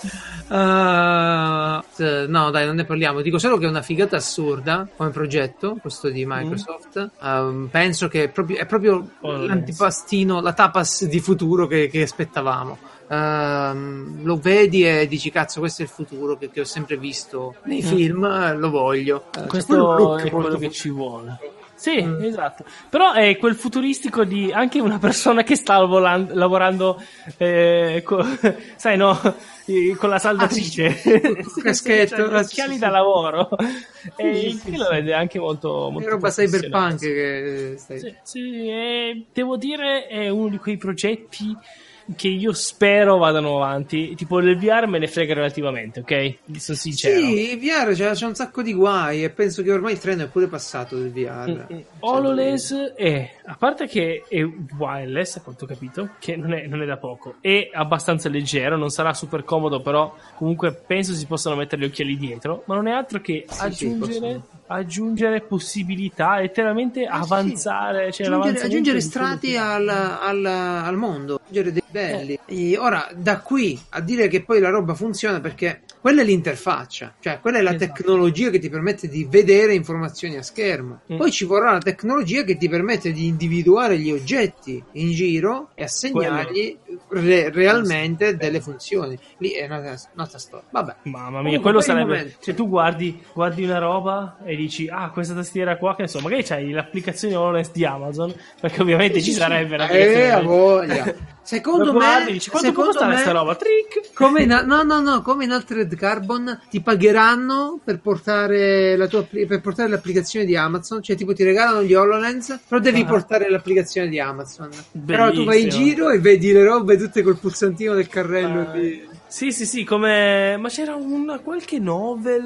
Uh, eh, no, dai, non ne parliamo. Dico solo che è una figata assurda come progetto, questo di Microsoft. Um, penso che è proprio, è proprio Oh, l'antipastino, la tapas di futuro che, che aspettavamo. Um, lo vedi e dici cazzo, questo è il futuro che, che ho sempre visto nei film, eh, lo voglio. Eh, c'è Questo quel look è quello molto che fu- ci vuole. Sì, esatto. Però è quel futuristico di anche una persona che sta volan- lavorando, eh, co- sai, no, eh, con la saldatrice, Ah, sì. Col caschetto, Cioè, gli ah, occhiali sì, sì. da lavoro. E Sì, il sì, che lo sì. vede anche molto, molto È roba professionale. cyberpunk che stai... Sì, sì, e devo dire è uno di quei progetti che io spero vadano avanti. Tipo il V R me ne frega relativamente, ok? Sono sincero. Sì, il V R c'è, c'è un sacco di guai e penso che ormai il treno è pure passato del V R. Cioè, HoloLens è, a parte che è wireless, a quanto ho capito, che non è, non è da poco, è abbastanza leggero, non sarà super comodo, però comunque penso si possano mettere gli occhiali dietro, ma non è altro che Sì, sì, aggiungere, possono. aggiungere possibilità, letteralmente Ah, sì, avanzare, sì. cioè aggiungere, l'avanzamento aggiungere di quello strati che- al, al, al mondo, aggiungere dei belli. E ora, da qui a dire che poi la roba funziona, perché quella è l'interfaccia, cioè quella è la Esatto. tecnologia che ti permette di vedere informazioni a schermo. Mm. Poi ci vorrà la tecnologia che ti permette di individuare gli oggetti in giro e assegnargli re- realmente delle funzioni. Lì è una- un'altra storia. Vabbè. Mamma mia, Comunque, quello per il sarebbe. momento- Se tu guardi, guardi una roba e dici, ah, questa tastiera qua, che ne so, magari c'hai l'applicazione HoloLens di Amazon, perché ovviamente ci sarebbe Eh, l'applicazione a del- voglia. Secondo Lo me, guardi, dici, quanto può secondo costare me, sta roba? Trick! Come in, no, no, no, come in Altered Carbon ti pagheranno per portare la tua per portare l'applicazione di Amazon, cioè tipo ti regalano gli HoloLens, però devi Ah. portare l'applicazione di Amazon. Bellissimo. Però tu vai in giro e vedi le robe tutte col pulsantino del carrello Ah. di... Sì, sì, sì, come... Ma c'era una qualche novel,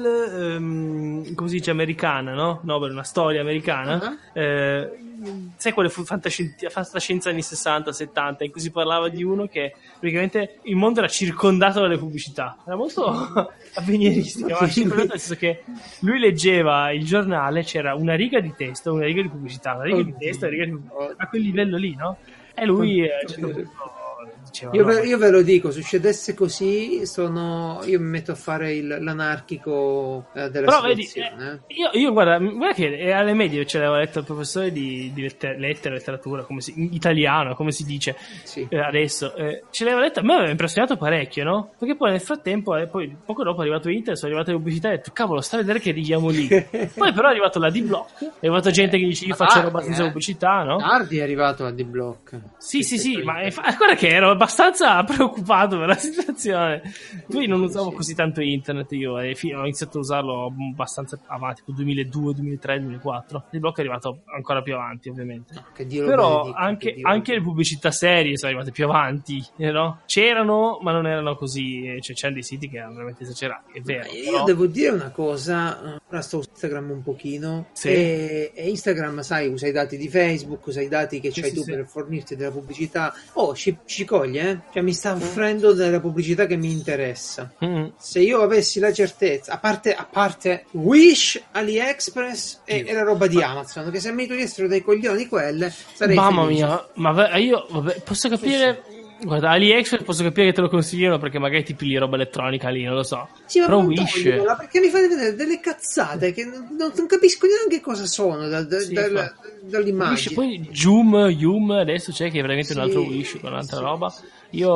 ehm, come si dice, americana, no? Novel, una storia americana. Uh-huh. Eh, sai quelle fu fantascienza, fantascienza anni sessanta settanta, in cui si parlava di uno che praticamente il mondo era circondato dalle pubblicità. Era molto avvenieristico, ma circondato nel senso che lui leggeva il giornale, c'era una riga di testo, una riga di pubblicità, una riga di testo, una riga di pubblicità, a quel livello lì, no? E lui eh, a un certo punto diceva, Io, no, ve, io ve lo dico, succedesse così, sono io mi metto a fare il, l'anarchico eh, della però vedi, situazione. eh, io, io guarda, guarda che alle medie ce l'avevo letto il professore di, di letter- lettera e letteratura, come si, in italiano, come si dice Sì. eh, adesso, eh, ce l'avevo letto, a me aveva impressionato parecchio, no? Perché poi nel frattempo, eh, poi poco dopo è arrivato internet, sono arrivate le pubblicità e ho detto, cavolo, sta a vedere che righiamo lì. Poi però è arrivato la D-Block, è arrivata gente che dice, io Ma faccio tardi, roba senza eh. pubblicità, no? Tardi è arrivato a D-Block. Sì, sì, sì, ma è, guarda che ero abbastanza preoccupato per la situazione. Poi non usavo così tanto internet io, e fi- ho iniziato a usarlo abbastanza avanti, tipo duemiladue, duemilatré, duemilaquattro. Il blocco è arrivato ancora più avanti, ovviamente. No, che Dio lo Però benedica, anche, che Dio anche lo le pubblicità serie sono arrivate più avanti, eh, no? C'erano, ma non erano così. Cioè, c'erano dei siti che erano veramente esagerati, è vero. Io Però... devo dire una cosa, ora sto su Instagram un pochino, Sì. e, e Instagram, sai, usa i dati di Facebook, usa i dati che Sì, c'hai sì, tu sì. per fornirti della pubblicità. Oh, ci, ci coglie, eh? Cioè mi sta offrendo della pubblicità che mi interessa. Mm. Se io avessi la certezza, a parte, a parte Wish, AliExpress e, e la roba di Amazon, che se mi togliessero dai coglioni quelle, sarei Mamma felice. mia, ma ve- io vabbè, posso capire. Guarda, AliExpress posso capire che te lo consigliano perché magari ti pigli roba elettronica lì, non lo so. Sì, ma Però non Wish. toglierla, perché mi fate vedere delle cazzate che non, non- non capisco neanche cosa sono da, da, Sì, dal- fa- dall'immagine. Wish, poi Zoom, Yum, adesso c'è che è veramente un Sì, altro Wish con un'altra sì, roba. sì.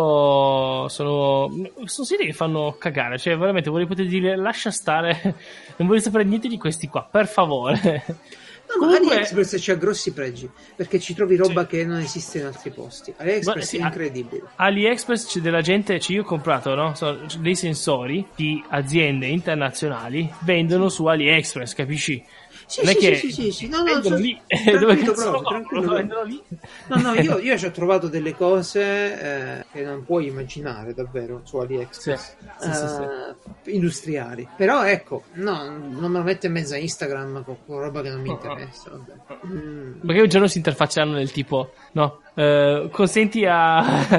Io sono. Sono siti che fanno cagare, cioè veramente vorrei poter dire lascia stare, non voglio sapere niente di questi qua, per favore. No, ma Comunque- AliExpress c'ha grossi pregi, perché ci trovi roba Sì. che non esiste in altri posti. AliExpress Guarda, sì, è a- incredibile. AliExpress c'è della gente, cioè io ho comprato, no? Sono dei sensori di aziende internazionali, vendono su AliExpress, capisci? Sì, Non è sì, che sì, sì, sì, sì. No, no, vendono so- lì, tranquillo dove cazzo proprio, lo compro? tranquillo Lo proprio. vendono lì? No, no, io, io ci ho trovato delle cose eh, che non puoi immaginare davvero su AliExpress. Sì, sì, sì, sì. Eh, industriali. Però ecco, no, non me lo metto in mezzo a Instagram con, con roba che non mi Oh, oh. interessa. Vabbè. Mm. Perché un giorno si interfacceranno del tipo, no, eh, consenti a,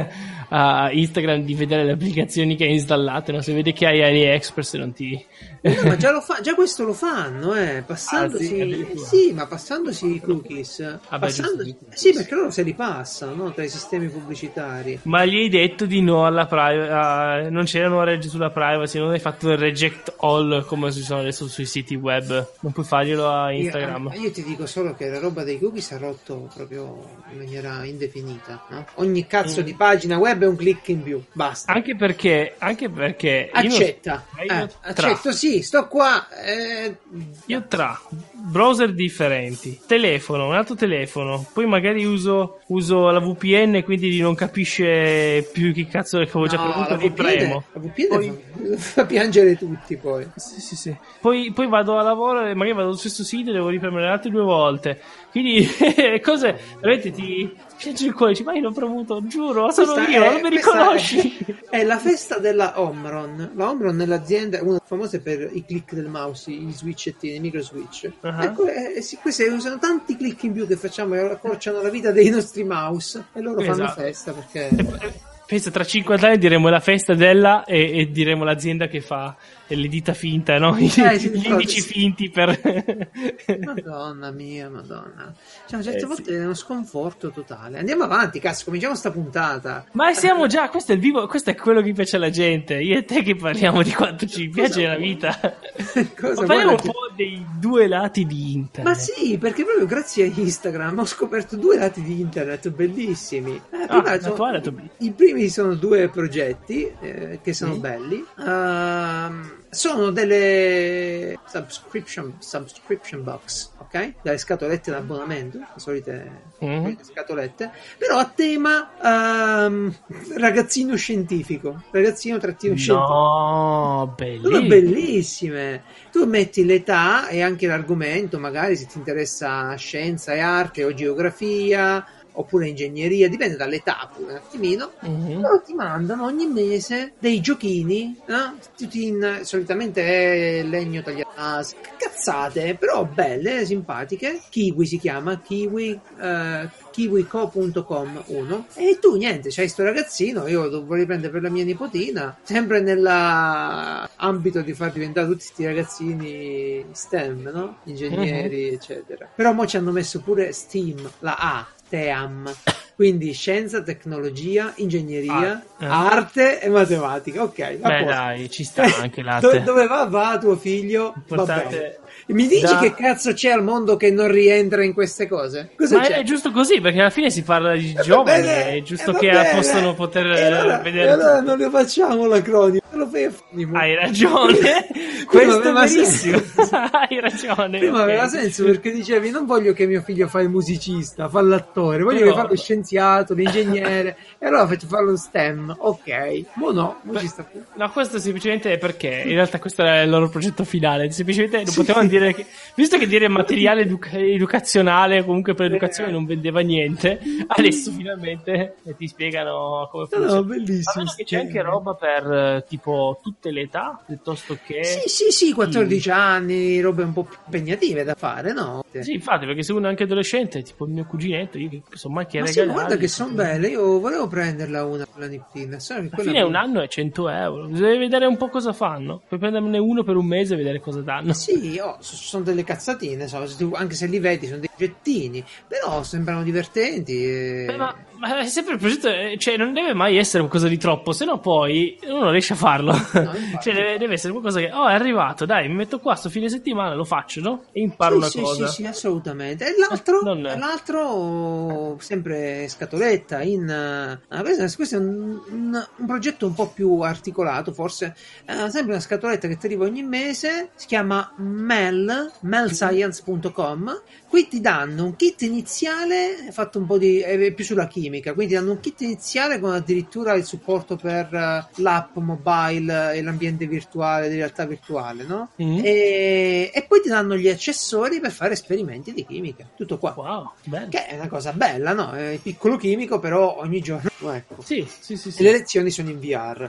a Instagram di vedere le applicazioni che hai installate, no? Se vede che hai AliExpress non ti... No, ma già, lo fa, già questo lo fanno, eh, passandosi, Ah, sì? Addirittura. sì, ma passandosi i cookies, Vabbè, passando- giusto, giusto. sì, perché loro se li passano, no, tra i sistemi pubblicitari. Ma gli hai detto di no alla privacy, non c'erano leggi sulla privacy, non hai fatto il reject all come ci sono adesso sui siti web, non puoi farglielo a Instagram. Io, io ti dico solo che la roba dei cookies ha rotto proprio in maniera indefinita, no? Ogni cazzo Mm. di pagina web è un click in più, basta. Anche perché, anche perché io non- Accetta, io eh, tra- accetto, sì, sto qua. eh, Io tra browser differenti, telefono, un altro telefono, poi magari uso, uso la V P N, quindi non capisce più che cazzo che avevo già no, premuto la che V P N, premo. la V P N Poi- fa, fa piangere tutti poi. Sì, sì, sì. Poi, poi vado a lavoro e magari vado allo stesso sito e devo ripremere altre due volte. Quindi, cose veramente ti piange il cuore. Dici, ma io l'ho premuto, giuro, sono Questa io, è- non mi questa riconosci. È, è la festa della Omron. La Omron è l'azienda, una famosa per i click del mouse, i switchettini, i micro switch. Uh-huh. Ecco, eh, sì, questi usano tanti click in più che facciamo che accorciano la vita dei nostri mouse e loro fanno Esatto. festa perché. Penso tra cinquanta anni diremo la festa della e, e diremo l'azienda che fa le dita finte, no? I- Eh, sì, Gli indici sì. finti per... Madonna mia, madonna. Cioè, certe Eh, volte sì. è uno sconforto totale. Andiamo avanti, cazzo, cominciamo sta puntata. Ma siamo già, questo è il vivo, questo è quello che piace alla gente. Io e te che parliamo di quanto ci piace la vuoi? vita. Cosa Ma parliamo vuoi? un po' dei due lati di internet. Ma sì, perché proprio grazie a Instagram ho scoperto due lati di internet bellissimi. Eh, Ah, prima la sono- tua è la tua. I primi sono due progetti eh, che sono Sì. belli. Ehm, sono delle subscription, subscription box, ok? Delle scatolette d'abbonamento, le solite, mm-hmm. solite scatolette, però a tema um, ragazzino scientifico, ragazzino trattino scientifico. No, bellissime. Sono bellissime. Tu metti l'età e anche l'argomento, magari se ti interessa scienza e arte o geografia, oppure ingegneria, dipende dall'età pure un attimino, mm-hmm. però ti mandano ogni mese dei giochini, no? Tutti in, solitamente è legno tagliato, cazzate, però belle, simpatiche. Kiwi si chiama, Kiwi, uh, kiwico punto com uno, e tu niente, c'hai sto ragazzino, io lo vorrei prendere per la mia nipotina, sempre nell'ambito di far diventare tutti questi ragazzini STEM, no? Ingegneri, mm-hmm. eccetera. Però mo ci hanno messo pure STEAM, la A, TEAM, quindi scienza, tecnologia, ingegneria, ah, eh. arte e matematica. Ok, beh dai, ci sta anche l'arte. Dove, dove va? Va tuo figlio? Importante. Mi dici da... che cazzo c'è al mondo che non rientra in queste cose? Cosa Ma c'è? È giusto così, perché alla fine si parla di giovani, bene, è giusto eh, che bene. possono poter e allora, vedere. E allora non ne facciamo l'acronimo. Lo fai a Hai ragione, questo è verissimo. Hai ragione. Prima okay. aveva senso perché dicevi non voglio che mio figlio fa il musicista, fa l'attore, voglio no. che fa lo scienziato, l'ingegnere, e allora faccio fare lo STEM. Ok, mo no, mo ci sta più. No, questo semplicemente è perché in realtà questo era il loro progetto finale, semplicemente non potevano dire che, visto che dire materiale educa- educazionale comunque per l'educazione non vendeva niente, adesso finalmente ti spiegano come funziona. No, bellissimo. Che c'è anche roba per tipo tutte le età piuttosto che sì sì sì quattordici anni, robe un po' più impegnative da fare, no? Sì, infatti, perché se uno è anche adolescente, tipo il mio cuginetto, io che so mai che ma regalare. sì, guarda che sono belle, io volevo prenderla una per la nipotina. Alla fine è un anno e cento euro, bisogna vedere un po' cosa fanno, puoi prenderne uno per un mese e vedere cosa danno. Sì, oh, sono delle cazzatine, so, anche se li vedi sono dei gettini, però sembrano divertenti e... Beh, ma, ma è sempre il progetto, cioè non deve mai essere qualcosa di troppo, se no poi uno non riesce a farlo. No, cioè deve, deve essere qualcosa che oh è arrivato, dai mi metto qua sto fine settimana, lo faccio, no? E imparo sì, una sì, cosa. Sì, sì, assolutamente. E l'altro, l'altro sempre scatoletta in uh, questo è un, un, un progetto un po' più articolato forse, uh, sempre una scatoletta che ti arriva ogni mese, si chiama mel melscience punto com. Qui ti danno un kit iniziale fatto un po' di è più sulla chimica, quindi ti danno un kit iniziale con addirittura il supporto per uh, l'app mobile e l'ambiente virtuale di realtà virtuale, no? Mm. E, e poi ti danno gli accessori per fare esperimenti di chimica, tutto qua. Wow, bello. Che è una cosa bella, no? È piccolo chimico, però ogni giorno ecco. Sì, sì, sì, sì. Le lezioni sono in V R.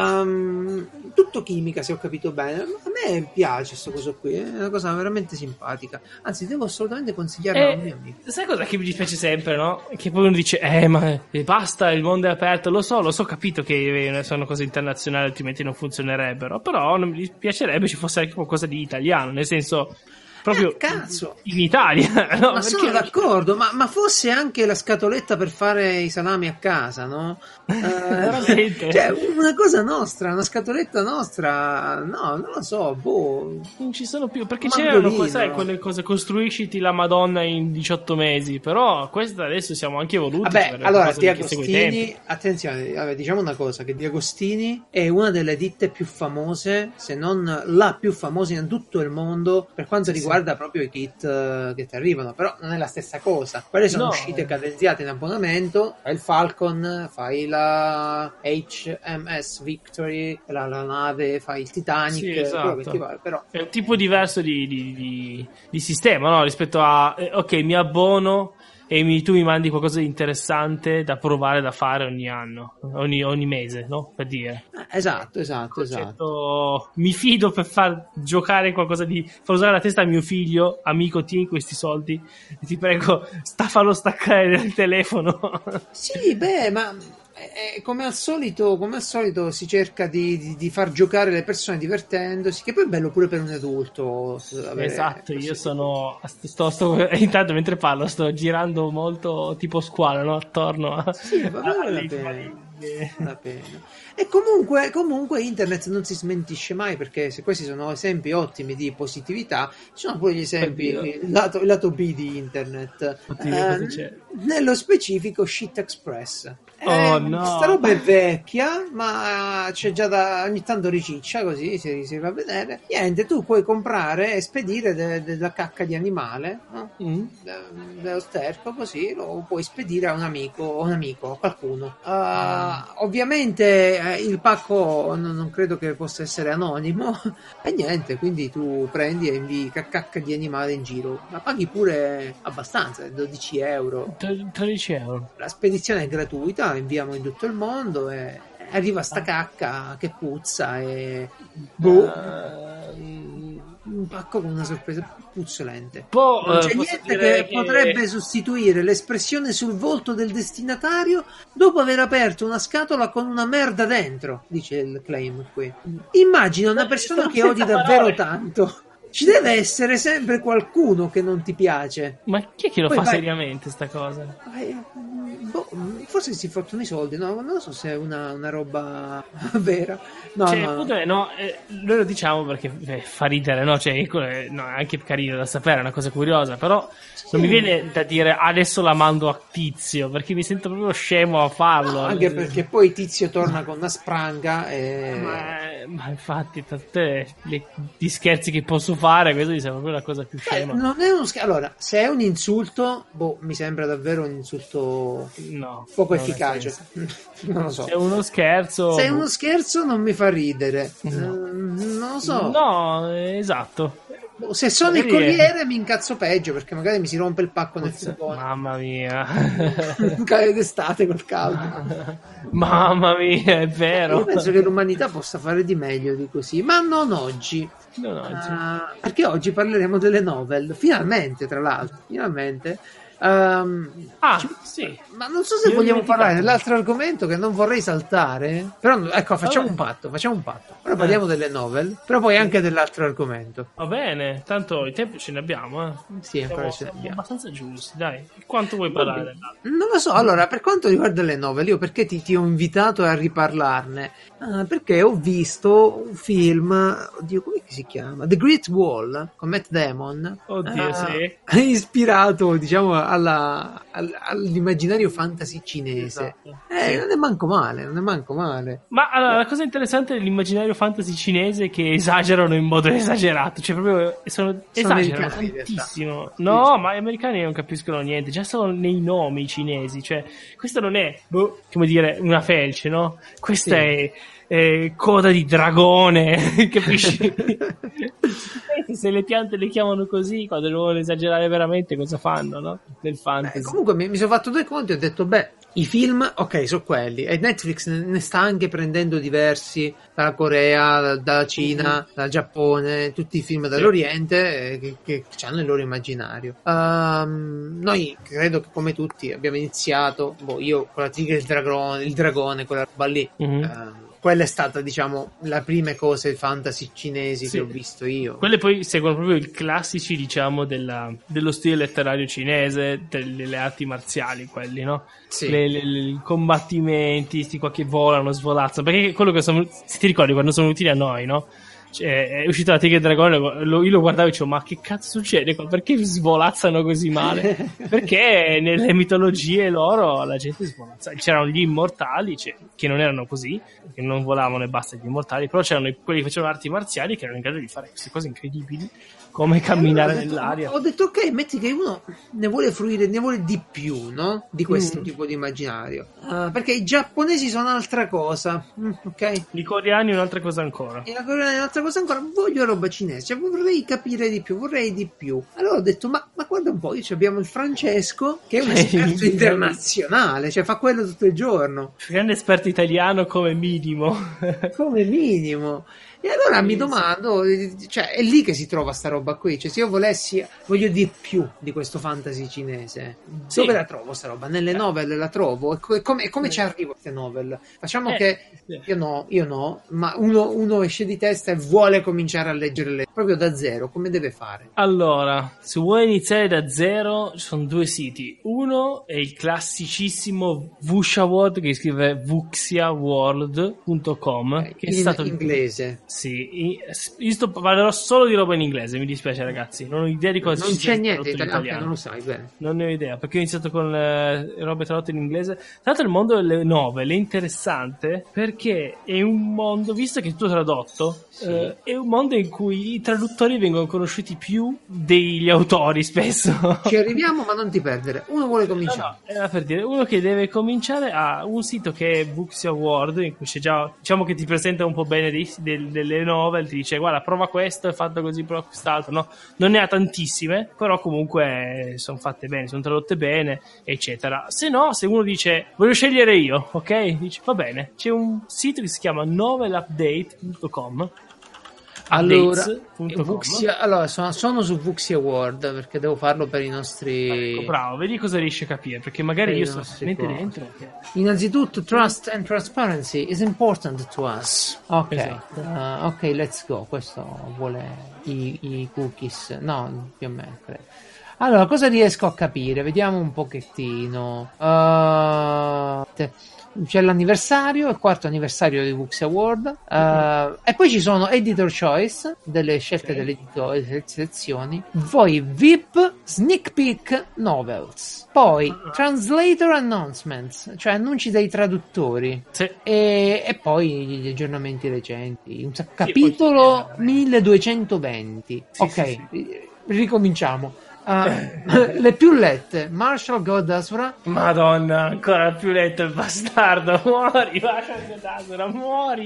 Um, tutto chimica, se ho capito bene. A me piace questo coso qui, è una cosa veramente simpatica. Anzi, devo assolutamente consigliarla eh, a un mio amico. Sai cosa che mi dispiace sempre, no? Che poi uno dice "Eh, ma basta, il mondo è aperto". Lo so, lo so, ho capito che sono cose internazionali, altrimenti non funzionerebbero, però non mi piacerebbe ci fosse anche qualcosa di italiano, nel senso proprio eh, cazzo. in Italia, no? Ma sono d'accordo, ma, ma fosse anche la scatoletta per fare i salami a casa, no? Eh, cioè, una cosa nostra, una scatoletta nostra, no, non lo so, boh. Non ci sono più, perché c'erano, sai, quelle cose, costruisciti la Madonna in diciotto mesi, però questa adesso siamo anche evoluti. Vabbè, allora, Di Agostini, attenzione, vabbè, diciamo una cosa, che Di Agostini è una delle ditte più famose, se non la più famosa in tutto il mondo, per quanto riguarda guarda proprio i kit uh, che ti arrivano, però non è la stessa cosa. Quelle sono no. uscite cadenziate in abbonamento, fai il Falcon, fai la H M S Victory, la, la nave, fai il Titanic, sì, esatto. che ti va, però è un tipo diverso di, di, di, di sistema, no? Rispetto a eh, ok, mi abbono e mi, tu mi mandi qualcosa di interessante da provare, da fare ogni anno, ogni, ogni mese, no? Per dire. Esatto, esatto, esatto. Mi fido per far giocare qualcosa di... far usare la testa a mio figlio, amico, tieni questi soldi, e ti prego, sta fallo staccare il telefono. Sì, beh, ma... Eh, come al solito, come al solito si cerca di, di, di far giocare le persone divertendosi, che poi è bello pure per un adulto avere, esatto, io sono sto, sto intanto mentre parlo sto girando molto tipo squalo, no? Attorno a sì, va bene, la pena. E comunque, comunque internet non si smentisce mai, perché se questi sono esempi ottimi di positività, ci sono pure gli esempi il lato, il lato B di internet. Oddio, eh, nello specifico Shit Express Oh eh, no! Sta roba è vecchia, ma c'è già da ogni tanto riciccia, così si, si va a vedere. Niente, tu puoi comprare e spedire de, de, della cacca di animale, no? Mm. De, dello sterco, così lo puoi spedire a un amico o un amico, a qualcuno. Uh, Mm. Ovviamente eh, il pacco non, non credo che possa essere anonimo e niente, quindi tu prendi e invii cacca di animale in giro, ma paghi pure abbastanza, dodici euro. tredici euro. La spedizione è gratuita, la inviamo in tutto il mondo e arriva sta cacca che puzza e boh, Uh, un pacco con una sorpresa puzzolente. po', Non c'è uh, posso niente dire che, che potrebbe sostituire l'espressione sul volto del destinatario dopo aver aperto una scatola con una merda dentro, dice il claim qui. Immagina una persona che odi davvero tanto. Ci deve essere sempre qualcuno che non ti piace. Ma chi è che lo Poi fa vai- seriamente sta cosa? vai- boh, forse si fottono i soldi, no? Non lo so se è una, una roba vera. No, Cioè, no, il punto è, no, eh, noi lo diciamo perché eh, fa ridere, no? Cioè, eh, no, è anche carino da sapere, è una cosa curiosa, però non mi viene da dire adesso la mando a Tizio, perché mi sento proprio scemo a farlo. no, anche perché poi Tizio torna con una spranga e... Ma, ma infatti, tante le, gli scherzi che posso fare, questo mi sembra proprio la cosa più Beh, scema. non è uno scherzo. Allora, se è un insulto, boh, mi sembra davvero un insulto No, poco non ha efficace. senso. Non lo so. Se è uno scherzo... Se è boh. uno scherzo non mi fa ridere. No. Eh, non lo so. No, esatto. Boh, se sono il Magari è- corriere mi incazzo peggio perché magari mi si rompe il pacco nel furgone. Mamma mia. Cade d'estate col caldo. Mamma mia, è Io vero. penso che l'umanità possa fare di meglio di così, ma non oggi. Non oggi. Ah, perché oggi parleremo delle novel. Finalmente, tra l'altro, finalmente. Ehm, Ah, ci- sì. Ma non so se Io ho vogliamo dimenticato. parlare dell'altro argomento che non vorrei saltare. Però ecco, facciamo Vabbè. un patto, facciamo un patto. Ora parliamo delle novel, però poi anche dell'altro argomento. Va bene, tanto il tempo ce ne abbiamo, eh. Sì, ancora Siamo, ce ne siamo abbiamo. abbastanza giusti, dai. Quanto vuoi parlare? Non lo so, allora, per quanto riguarda le novel, io perché ti, ti ho invitato a riparlarne? Ah, perché ho visto un film, oddio, come si chiama? The Great Wall, con Matt Damon. Oddio, Ah, sì. ispirato, diciamo, alla, al- all'immaginario fantasy cinese. Esatto. Eh, Sì. non è manco male, non è manco male. Ma allora, la cosa interessante dell'immaginario fantasy cinese è che esagerano in modo esagerato, cioè proprio sono, esagerano americani, in realtà. tantissimo. No, ma gli americani non capiscono niente, già solo nei nomi cinesi, cioè questo non è, boh, come dire, una felce, no? Questa Sì. è eh, coda di dragone, capisci? Se le piante le chiamano così, quando devono esagerare veramente, cosa fanno, no? Nel Beh, fantasy. comunque mi, mi sono fatto due conti e ho detto, beh, i film, ok, sono quelli, e Netflix ne, ne sta anche prendendo diversi dalla Corea, da- dalla Cina, Mm-hmm. dal Giappone, tutti i film dall'Oriente eh, che, che hanno il loro immaginario. Ehm, noi credo che come tutti abbiamo iniziato, boh, io con la tigre e il dragone, il dragone, quella roba lì. Mhm. ehm, quella è stata, diciamo, la prime cose fantasy cinesi Sì. che ho visto io. Quelle poi seguono proprio i classici, diciamo, della- dello stile letterario cinese, delle, delle arti marziali, quelli, no? Sì. Le, le- le- i combattimenti, sti qua che volano, svolazzano. Perché quello che sono. Se ti ricordi quando sono utili a noi, no? Cioè, è uscito la Tigre e il Dragone, lo- io lo guardavo e dicevo, ma che cazzo succede qua? Perché svolazzano così male? Perché nelle mitologie loro la gente svolazza. C'erano gli immortali, cioè, che non erano così, che non volavano e basta gli immortali, però c'erano i- quelli che facevano arti marziali che erano in grado di fare queste cose incredibili, come camminare Allora, ho detto- nell'aria. Ho detto, ok, metti che uno ne vuole fruire, ne vuole di più, no? Di questo Mm. tipo di immaginario. Ah, perché i giapponesi sono un'altra cosa, mm, ok? I coreani un'altra cosa ancora. E la coreana è un'altra cosa ancora. Voglio roba cinese, cioè vorrei capire di più, vorrei di più. Allora ho detto, ma, ma guarda un po', io ci abbiamo il Francesco, che è un esperto internazionale, cioè fa quello tutto il giorno, Grande esperto italiano come minimo. come minimo. E allora mi Sì, domando, eh, cioè è lì che si trova sta roba qui, cioè se io volessi, voglio di più di questo fantasy cinese, Sì. dove la trovo sta roba? Nelle novel la trovo? E co- e come, e come ci arrivo a queste novel? Facciamo Eh, che sì. io no, io no, ma uno, uno esce di testa e vuole cominciare a leggere le, proprio da zero, come deve fare? Allora, se vuoi iniziare da zero, ci sono due siti. Uno è il classicissimo Wuxia World, che scrive wuxia world punto com, che è In stato il- inglese. Sì, io sto, parlerò solo di roba in inglese, mi dispiace ragazzi, non ho idea di cosa non ci c'è niente in italiano, italiano. non lo sai bene. Non ne ho idea, perché ho iniziato con eh, robe tradotte in inglese. Tra l'altro il mondo delle novel è interessante perché è un mondo, visto che è tutto tradotto, sì. eh, è un mondo in cui i traduttori vengono conosciuti più degli autori spesso. Ci arriviamo, ma non ti perdere. Uno vuole cominciare. No, no, era per dire, uno che deve cominciare ha un sito che è Booksy Award, in cui c'è già, diciamo che ti presenta un po' bene dei, del, delle novel, ti dice guarda prova questo, è fatto così, prova quest'altro, no? Non ne ha tantissime, però comunque sono fatte bene, sono tradotte bene, eccetera. Se no, se uno dice voglio scegliere io, ok? Dice va bene, c'è un sito che si chiama novel update punto com. Allora, Vuxi, allora sono, sono su Vuxi Award perché devo farlo per i nostri. Ecco, bravo, vedi cosa riesci a capire, perché magari io sono talmente dentro che... Innanzitutto, trust and transparency is important to us. Ok, esatto. uh, ok, let's go. Questo vuole i, i cookies, no, più o meno credo. Allora, cosa riesco a capire? Vediamo un pochettino. Uh, te... C'è l'anniversario, il quarto anniversario di Books Award, uh, mm-hmm. e poi ci sono Editor Choice, delle scelte okay. dell'editore, delle selezioni, poi V I P, Sneak Peek Novels, poi uh-huh. Translator Announcements, cioè annunci dei traduttori, sì. e, e poi gli aggiornamenti recenti, un capitolo sì, milleduecentoventi. Sì, ok, sì, sì. Ricominciamo. Uh, le più lette Marshall God Asura. Madonna, ancora più letto il bastardo. Muori, Marshall God Asura, muori.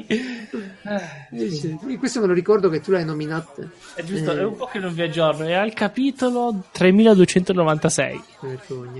Eh, sì. Questo me lo ricordo che tu l'hai nominato. È giusto, eh. è un po' che non vi aggiorno. È al capitolo tremiladuecentonovantasei. Vergogna.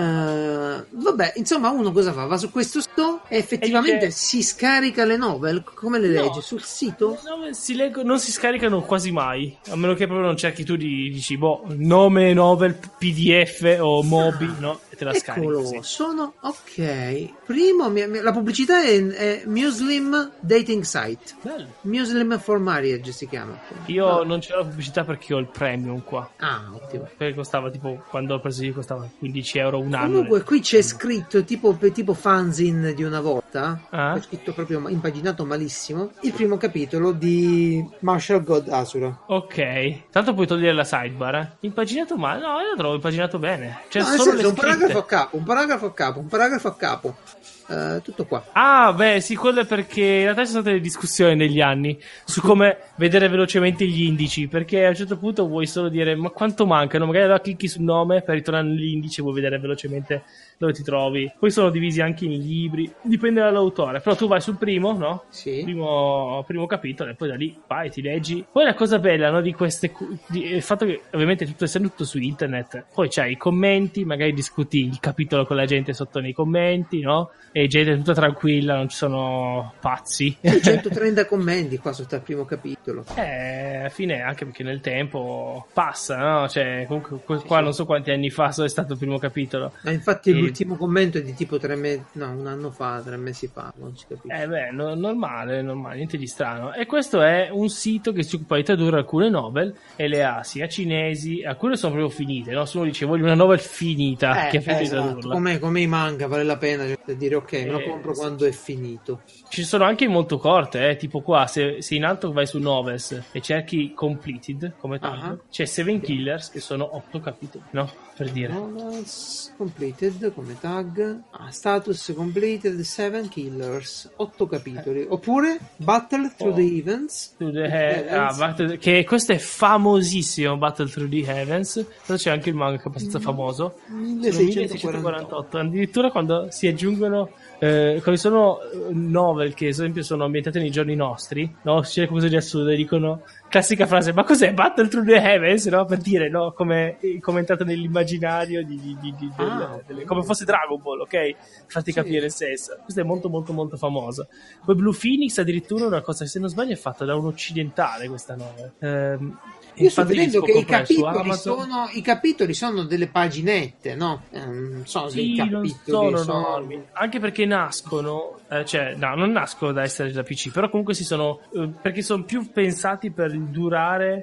Uh, vabbè, insomma, uno cosa fa? Va su questo store e effettivamente e dice... si scarica le novel. Come le legge? No, sul sito? Le novel si leggo, non si scaricano quasi mai. A meno che proprio non cerchi tu di dici, boh, nome novel P D F o Mobi, ah, no? E te la eccolo, scarichi. Sì. Sono ok. Primo, mia, mia, la pubblicità è, è Muslim Dating Site. Bello. Muslim for Marriage si chiama. Io no. non c'è la pubblicità perché ho il premium qua. Ah, ottimo. Perché costava tipo, quando ho preso io costava quindici euro un anno. Comunque qui c'è scritto tipo, tipo fanzine di una volta, ah? è scritto proprio impaginato malissimo, il primo capitolo di Marshall God Asura. Ok, tanto puoi togliere la sidebar, eh? Impaginato male? No, io lo trovo impaginato bene. Cioè, no, nel solo senso, le un paragrafo a capo, un paragrafo a capo, un paragrafo a capo. Uh, tutto qua. Ah, beh, sì, quello è perché in realtà ci sono state delle discussioni negli anni su come vedere velocemente gli indici, perché a un certo punto vuoi solo dire ma quanto mancano, magari allora clicchi sul nome per ritornare negli indici e vuoi vedere velocemente dove ti trovi. Poi sono divisi anche in libri, dipende dall'autore, però tu vai sul primo, no? Sì. Primo, primo capitolo e poi da lì vai, ti leggi. Poi la cosa bella, no, di queste di, il fatto che ovviamente tutto essendo tutto su internet, poi c'hai i commenti, magari discuti il capitolo con la gente sotto nei commenti, no? E gente tutta tranquilla, non ci sono pazzi. centotrenta commenti qua sotto al primo capitolo. Eh, alla fine anche perché nel tempo passa, no? Cioè, comunque qua sì, sì. non so quanti anni fa è stato il primo capitolo. Ma infatti e... l'ultimo commento è di tipo tre mesi, no, un anno fa, tre mesi fa, non ci capisco. Eh beh, no, normale, normale, niente di strano. E questo è un sito che si occupa di tradurre alcune novel e le ha sia cinesi, alcune sono proprio finite, no? Se uno dice voglio una novel finita, eh, che è eh, esatto. come, come i manga, vale la pena cioè, dire ok, me lo eh, compro sì. quando è finito. Ci sono anche molto corte, eh? Tipo qua, se, se in alto vai su Novels e cerchi Completed come tag, uh-huh. c'è Seven okay. Killers che sono otto capitoli, no? Per dire. Novels Completed come tag, ah, status Completed Seven Killers, otto capitoli. Oppure Battle Through oh. the Events. Through the he- ah, Battle, che questo è famosissimo, Battle Through the Heavens. Però c'è anche il manga che è abbastanza famoso. milleseicentokwarantotto. Addirittura quando si aggiungono eh, quali sono novel che ad esempio sono ambientate nei giorni nostri, no? C'è qualcosa di assurdo e dicono classica frase, ma cos'è Battle Through the Heavens, no? Per dire, no? Come, come è entrato nell'immaginario di, di, di, di del, ah, delle, come fosse Dragon Ball, ok? Farti sì. capire il senso. Questo è molto molto molto famoso. Poi Blue Phoenix addirittura una cosa, se non sbaglio, è fatta da un occidentale questa novel. Ehm, Io sto vedendo che i capitoli, sono, i capitoli sono delle paginette, no? Um, sono sì, dei capitoli. Non sono, sono... no, anche perché nascono, eh, cioè, no, non nascono da essere da P C, però comunque si sono, eh, perché sono più pensati per durare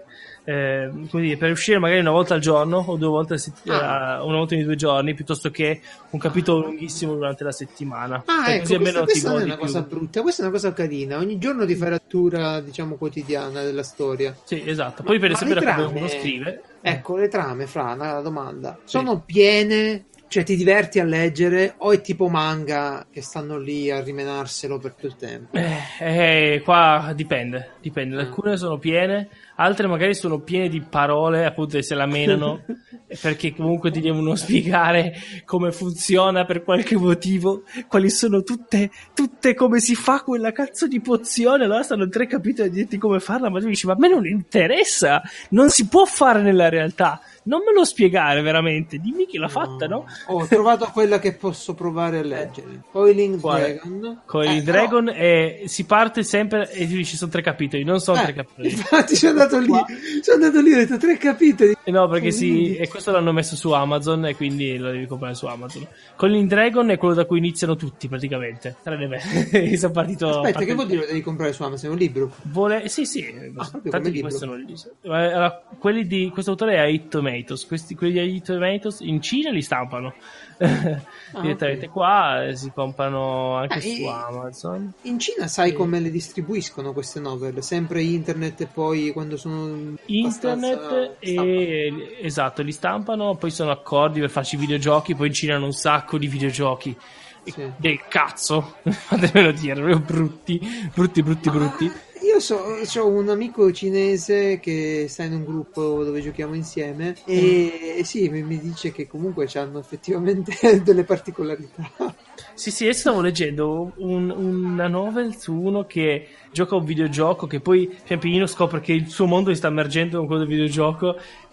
eh, come dire, per uscire magari una volta al giorno o due volte al sett- Ah. uh, una volta ogni due giorni, piuttosto che un capitolo lunghissimo durante la settimana. Ah, Perché ecco, così almeno questa, ti questa non è godi una più. cosa brutta, questa è una cosa carina. Ogni giorno ti fai la lettura, diciamo, quotidiana della storia. Sì, esatto. Poi per Ma esempio le da come trame- uno scrive. Ecco, le trame, Fra, una domanda. Sono piene, cioè ti diverti a leggere, o è tipo manga che stanno lì a rimenarselo per tutto il tempo? Eh, eh, qua dipende, dipende. Ah. Alcune sono piene, altre magari sono piene di parole, appunto, e se la menano, perché comunque ti devono spiegare come funziona per qualche motivo, quali sono tutte, tutte come si fa quella cazzo di pozione. Allora stanno tre capitoli a dirti come farla, ma tu dici, ma a me non interessa, non si può fare nella realtà. Non me lo spiegare veramente, dimmi chi l'ha fatta, no? Ho trovato quella che posso provare a leggere. Coiling Quale? Dragon. Coiling Eh, Dragon no. e si parte sempre e tu dici sono tre capitoli, non sono Eh, tre capitoli. infatti sono andato lì, sono andato lì e ho detto tre capitoli. Eh no, perché sì, Quindi- e questo l'hanno messo su Amazon e quindi lo devi comprare su Amazon. Coiling Dragon è quello da cui iniziano tutti praticamente. Tranne me. Sono partito. Aspetta, parte- che vuol dire lo devi comprare su Amazon? È un libro? Vuole... Sì, sì, proprio tanti come di libro. questi sono lì. Eh, allora, quelli di questo autore è Hit Tomatoes. Questi, quelli di Hit Tomatoes in Cina li stampano. Direttamente ok. qua eh, si comprano anche Ah, su e- Amazon. In Cina sai Sì. come le distribuiscono queste novel? Sempre internet e poi quando sono Internet abbastanza e esatto, li stampano, poi sono accordi per farci videogiochi, poi incilano un sacco di videogiochi. Sì. Del cazzo, fatemelo dire, proprio brutti, brutti, brutti, brutti. Ah, io so, ho un amico cinese che sta in un gruppo dove giochiamo insieme e, e sì, mi, mi dice che comunque hanno effettivamente delle particolarità. Sì, sì, adesso stavo leggendo un- una novel su uno che gioca a un videogioco che poi pian pianino scopre che il suo mondo si sta immergendo con quello del videogioco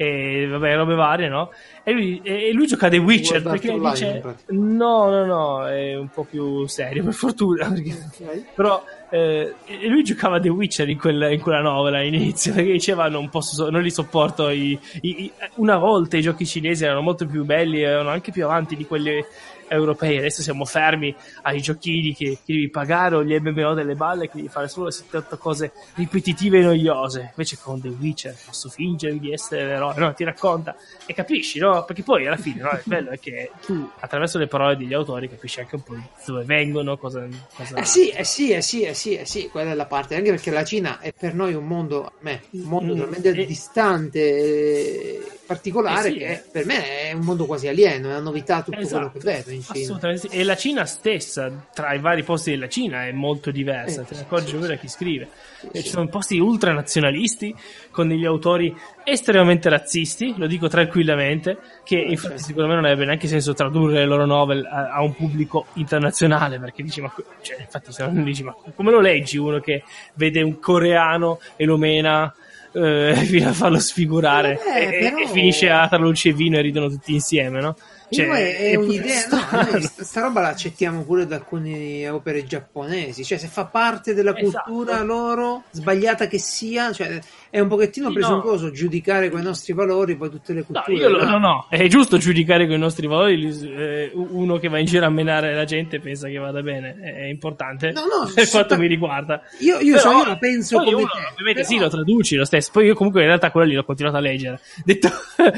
e vabbè, robe varie, no? E lui, e lui gioca a The Witcher World Art perché Online, dice in pratica. no, no, no, è un po' più serio per fortuna perché- Ok. però eh, e lui giocava a The Witcher in quella, in quella novela all'inizio perché diceva non posso so- non li sopporto i, i- i- una volta i giochi cinesi erano molto più belli, erano anche più avanti di quelli europei, adesso siamo fermi ai giochini che, che devi pagare o gli M M O delle balle che devi fare solo settanta cose ripetitive e noiose, invece con The Witcher posso fingere di essere l'eroe, no, ti racconta e capisci, no? Perché poi alla fine, no, il bello è che tu attraverso le parole degli autori capisci anche un po' dove vengono, cosa, cosa... Eh sì, eh sì, eh sì, eh sì, eh sì, quella è la parte, anche perché la Cina è per noi un mondo, a me, un mondo Mm, talmente e- distante e particolare Eh sì, che eh. per me è un mondo quasi alieno, è una novità tutto quello che vedo in Cina. Assolutamente sì. E la Cina stessa, tra i vari posti della Cina, è molto diversa. Eh, Te ne sì, accorgi sì, ora sì. chi scrive. Sì, E sì. ci sono posti ultranazionalisti con degli autori estremamente razzisti, lo dico tranquillamente, che Eh, infatti certo. secondo me non avrebbe neanche senso tradurre le loro novel a, a un pubblico internazionale, perché dici, ma cioè, infatti se non dici, ma come lo leggi uno che vede un coreano e lo mena eh, fino a farlo sfigurare Vabbè, e, però- e finisce a tra luce e vino e ridono tutti insieme, no? Cioè, è, è un'idea, strano. no, noi sta, sta roba la accettiamo pure da alcune opere giapponesi, cioè se fa parte della cultura Esatto. loro, sbagliata che sia, cioè è un pochettino Sì, presuntuoso giudicare con i nostri valori poi tutte le No, culture. io lo- no? no, no, è giusto giudicare con i nostri valori. li- eh, uno che va in giro a menare la gente pensa che vada bene, è, è importante No, no, per sta- quanto mi riguarda. Io, io, Però, so, io la penso poi come uno, te, ovviamente però- sì, lo traduci lo stesso. Poi io comunque in realtà quello lì l'ho continuato a leggere. Detto,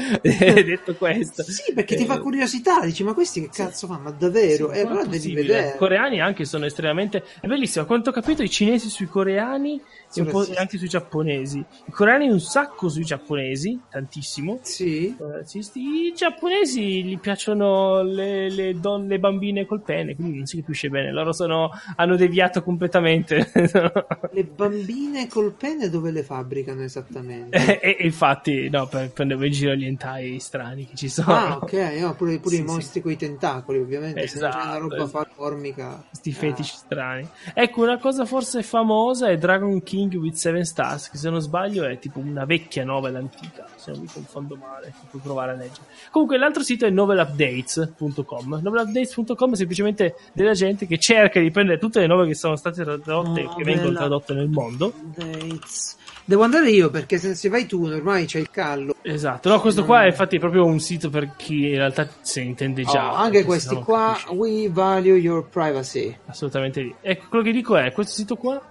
detto questo, Sì, perché ti Eh, fa curiosità, dici ma questi che cazzo fanno? Ma davvero? sì, E com'è allora devi possibile? vedere. I coreani anche sono estremamente. È bellissimo. A quanto ho capito, i cinesi sui coreani e, Sono un po' razzisti. anche sui giapponesi. I coreani un sacco sui giapponesi, tantissimo. Sì. Sono razzisti. I giapponesi gli piacciono le, le donne, le bambine col pene, quindi non si capisce bene. Loro sono, hanno deviato completamente. Le bambine col pene dove le fabbricano esattamente? e, e infatti, no, per prendere in giro gli hentai strani che ci sono. Ah, ok, no, pure, pure Sì, i mostri con i tentacoli, ovviamente. Se non c'è una Esatto, roba esatto. formica. Questi fetici strani. Ecco, una cosa forse famosa è Dragon King with Seven Stars, che se non sbaglio è tipo una vecchia novela antica, se non mi confondo male, che puoi provare a leggere. Comunque l'altro sito è novel updates punto com. novel updates punto com è semplicemente della gente che cerca di prendere tutte le novelle che sono state tradotte e che vengono Novella tradotte nel mondo. Updates. Devo andare io perché se, se vai tu ormai c'è il callo. Esatto, no, questo qua è infatti proprio un sito per chi in realtà se ne intende già. Oh, anche perché questi sennò non qua, capisci. we value your privacy. Assolutamente lì. Ecco, quello che dico è, questo sito qua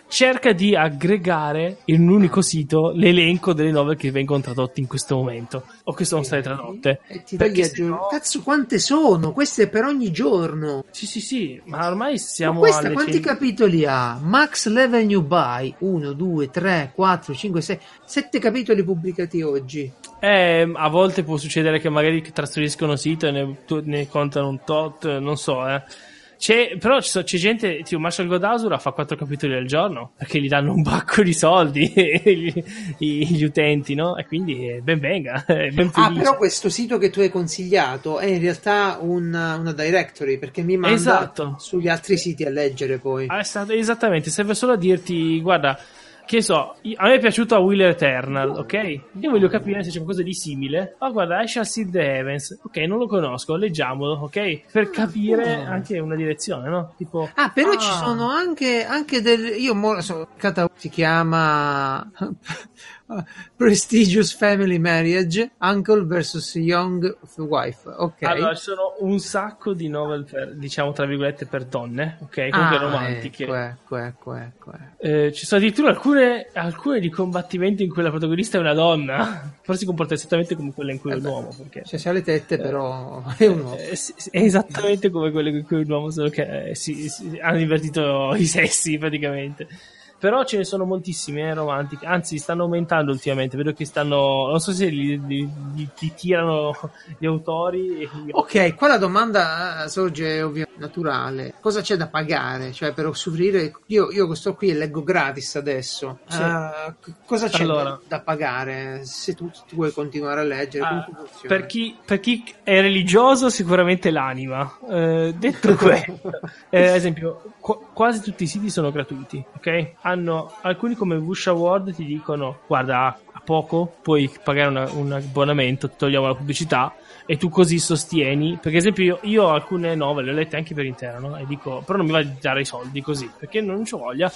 cerca di aggregare in un unico sito l'elenco delle novel che vengono tradotte in questo momento o che sono state tradotte. E ti togli aggiung- no... Cazzo, quante sono? Queste per ogni giorno. Sì, sì, sì, ma ormai siamo ma questa alle quanti cent... capitoli ha? Max Level New Buy uno, due, tre, quattro, cinque, sei, sette capitoli pubblicati oggi. Eh, a volte può succedere che magari trasferiscono sito e ne, ne contano un tot, non so, eh. C'è, però c'è, c'è gente, tipo Marshall Godasura fa quattro capitoli al giorno perché gli danno un bacco di soldi gli, gli utenti, no? E quindi ben venga, ben ah, però questo sito che tu hai consigliato è in realtà una, una directory, perché mi manda esatto. sugli altri siti a leggere poi. Ah, esattamente, serve solo a dirti, guarda, che so, a me è piaciuto a Will Eternal, ok? Io voglio capire se c'è qualcosa di simile. Oh, guarda, I Shall See the Heavens. Ok, non lo conosco, leggiamolo, ok? Per capire oh. anche una direzione, no? Tipo, ah, però ah. ci sono anche, anche del... Io mo so, si chiama... Prestigious Family Marriage, Uncle versus Young Wife. Ok. Allora, ci sono un sacco di novel per, diciamo tra virgolette, per donne, ok? Comunque ah, romantiche. Ecco, ecco, ecco, ecco. Eh, ci sono addirittura alcune, alcune di combattimenti in cui la protagonista è una donna, però si comporta esattamente come quella in cui eh è un uomo. Perché, cioè, se ha le tette, eh, però è un uomo. Eh, è esattamente come quelle in cui è un uomo, solo che eh, si, si, hanno invertito i sessi praticamente. Però ce ne sono moltissime eh, romantiche, anzi stanno aumentando ultimamente, vedo che stanno, non so se li, li, li, li tirano gli autori. E gli... Ok, qua la domanda sorge ovviamente naturale, cosa c'è da pagare? Cioè per usufruire, io, io questo qui leggo gratis adesso, sì. uh, cosa c'è allora, da, da pagare se tu, tu vuoi continuare a leggere? Uh, per, chi, per chi è religioso sicuramente l'anima, uh, detto questo, eh, ad esempio qu- quasi tutti i siti sono gratuiti, ok? Hanno alcuni come Wush Award ti dicono guarda a poco puoi pagare una, un abbonamento, togliamo la pubblicità e tu così sostieni, perché ad esempio io, io ho alcune novel le ho lette anche per intero, no? E dico però non mi va di dare i soldi così perché non ci voglia.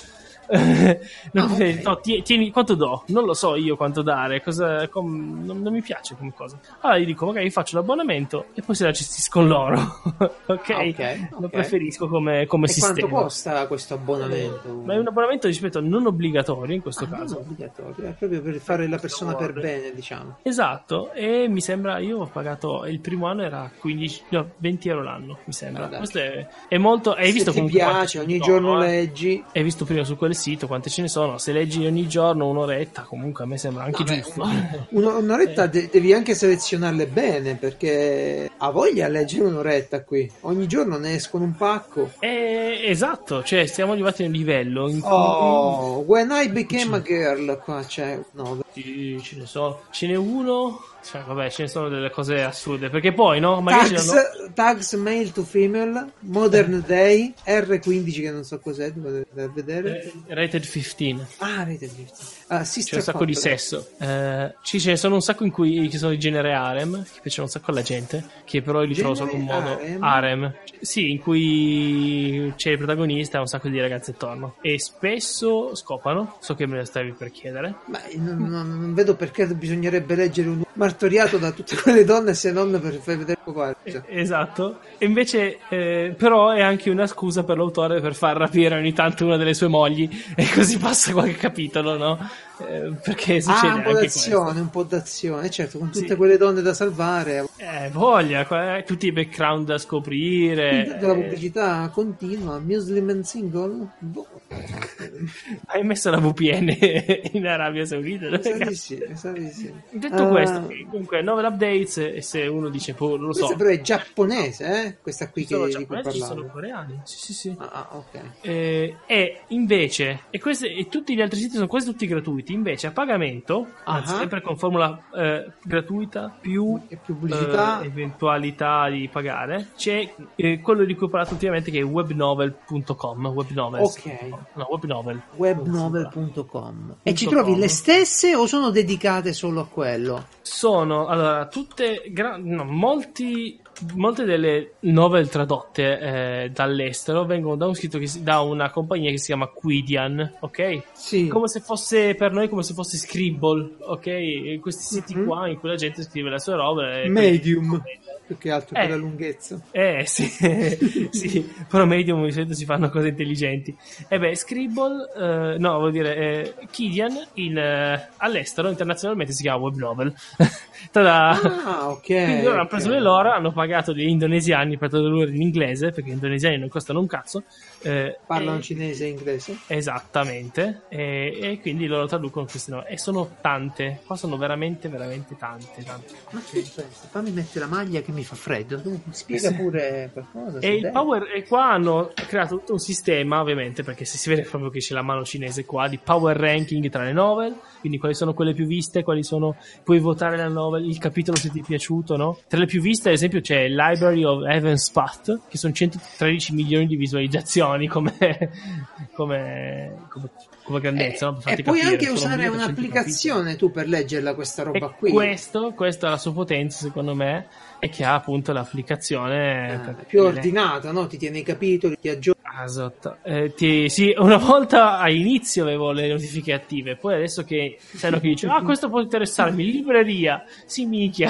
non, ah, okay. no, tieni, quanto do? Non lo so io quanto dare, cosa, com, non, non mi piace come cosa. Allora gli dico magari faccio l'abbonamento e poi se la gestiscono loro. okay? Okay, lo okay. preferisco come, come e sistema. Quanto costa questo abbonamento? Ma è un abbonamento rispetto non obbligatorio in questo ah, caso. Non obbligatorio, è proprio per fare la persona per bene, diciamo. Esatto, e mi sembra, io ho pagato il primo anno era quindici, no, venti euro l'anno mi sembra. Ah, questo è, è molto, hai se visto ti piace ogni sono, giorno eh? leggi, hai visto prima su quel sito quante ce ne sono, se leggi ogni giorno un'oretta comunque a me sembra anche Vabbè, giusto. Una, un'oretta de- devi anche selezionarle bene perché ha voglia a leggere un'oretta qui, ogni giorno ne escono un pacco. Eh, esatto, cioè stiamo arrivati a un livello in cui... oh, When I Became a Girl, qua c'è no, sì, ce ne sono, ce n'è uno. Cioè, vabbè, ce ne sono delle cose assurde perché poi no tags, hanno... tags male to female Modern Day R quindici che non so cos'è, devo vedere. eh, rated quindici ah rated quindici ah, c'è un sacco di sesso eh, ci ce ne sono un sacco in cui ci sono i genere harem che piacciono un sacco alla gente che però li trovo solo un modo harem? harem sì in cui c'è il protagonista e un sacco di ragazze attorno e spesso scopano, so che me ne stavi per chiedere. Ma non, non, non vedo perché bisognerebbe leggere un martoriato da tutte quelle donne se non per far vedere cioè. eh, esatto e invece eh, però è anche una scusa per l'autore per far rapire ogni tanto una delle sue mogli e così passa qualche capitolo, no? Eh, perché succede ah, un po' anche d'azione questo. un po' d'azione certo con tutte sì. quelle donne da salvare eh voglia eh, tutti i background da scoprire della eh. pubblicità continua Muslim and single boh. Hai messo la V P N in Arabia Saudita? Mi sa di sì, mi sa di sì. Detto uh, questo, comunque novel updates e se uno dice boh, non lo so. Questa però è giapponese, eh? Questa qui sono che di cui giapponesi, parlavo. sono coreani. Sì, sì, sì. Ah, ah ok. Eh, e invece, e, queste, e tutti gli altri siti sono quasi tutti gratuiti. Invece a pagamento, uh-huh. anzi, sempre con formula eh, gratuita più, e più pubblicità, eh, eventualità di pagare, c'è eh, quello di cui ho parlato ultimamente che è webnovel punto com. Webnovel. Ok. No, webnovel. webnovel punto com. E ci trovi le stesse o sono dedicate solo a quello? Sono allora tutte gra- no, molti molte delle novel tradotte eh, dall'estero vengono da un sito che si, da una compagnia che si chiama Quidian, ok? Sì. Come se fosse per noi come se fosse Scribble, ok? E questi siti mm-hmm. qua in cui la gente scrive le sue robe. Medium. più che altro eh, per la lunghezza. Eh sì, sì, però Medium di solito si fanno cose intelligenti. E beh, Scribble, eh, no, vuol dire eh, Kidian in, eh, all'estero, internazionalmente si chiama web novel. Ah, ok. Quindi loro okay. hanno preso le loro, hanno pagato degli indonesiani per tradurre in inglese, perché gli indonesiani non costano un cazzo. Eh, Parlano e, cinese e inglese? Esattamente, e, e quindi loro traducono queste no. E sono tante, qua sono veramente, veramente tante, tante. Ma che è questo? Fammi mettere la maglia che mi fa freddo. Tu spiega pure qualcosa. E il power, e qua hanno creato tutto un sistema, ovviamente, perché se si vede proprio che c'è la mano cinese qua, di power ranking tra le novel, quindi quali sono quelle più viste, quali sono, puoi votare la novel, il capitolo se ti è piaciuto, no? Tra le più viste, ad esempio, c'è Library of Heaven's Path, che sono centotredici milioni di visualizzazioni come, come, come, come grandezza, eh, no? Per e puoi capire, anche usare un'applicazione tu per leggerla questa roba e qui. Questo, questa è la sua potenza, secondo me, è che ha appunto l'applicazione ah, più ordinata, no? Ti tiene i capitoli, ti aggiorna. Esatto. Eh, ti, sì, una volta all'inizio avevo le notifiche attive, poi adesso che sanno che dice ah, questo può interessarmi, libreria, sì, minchia.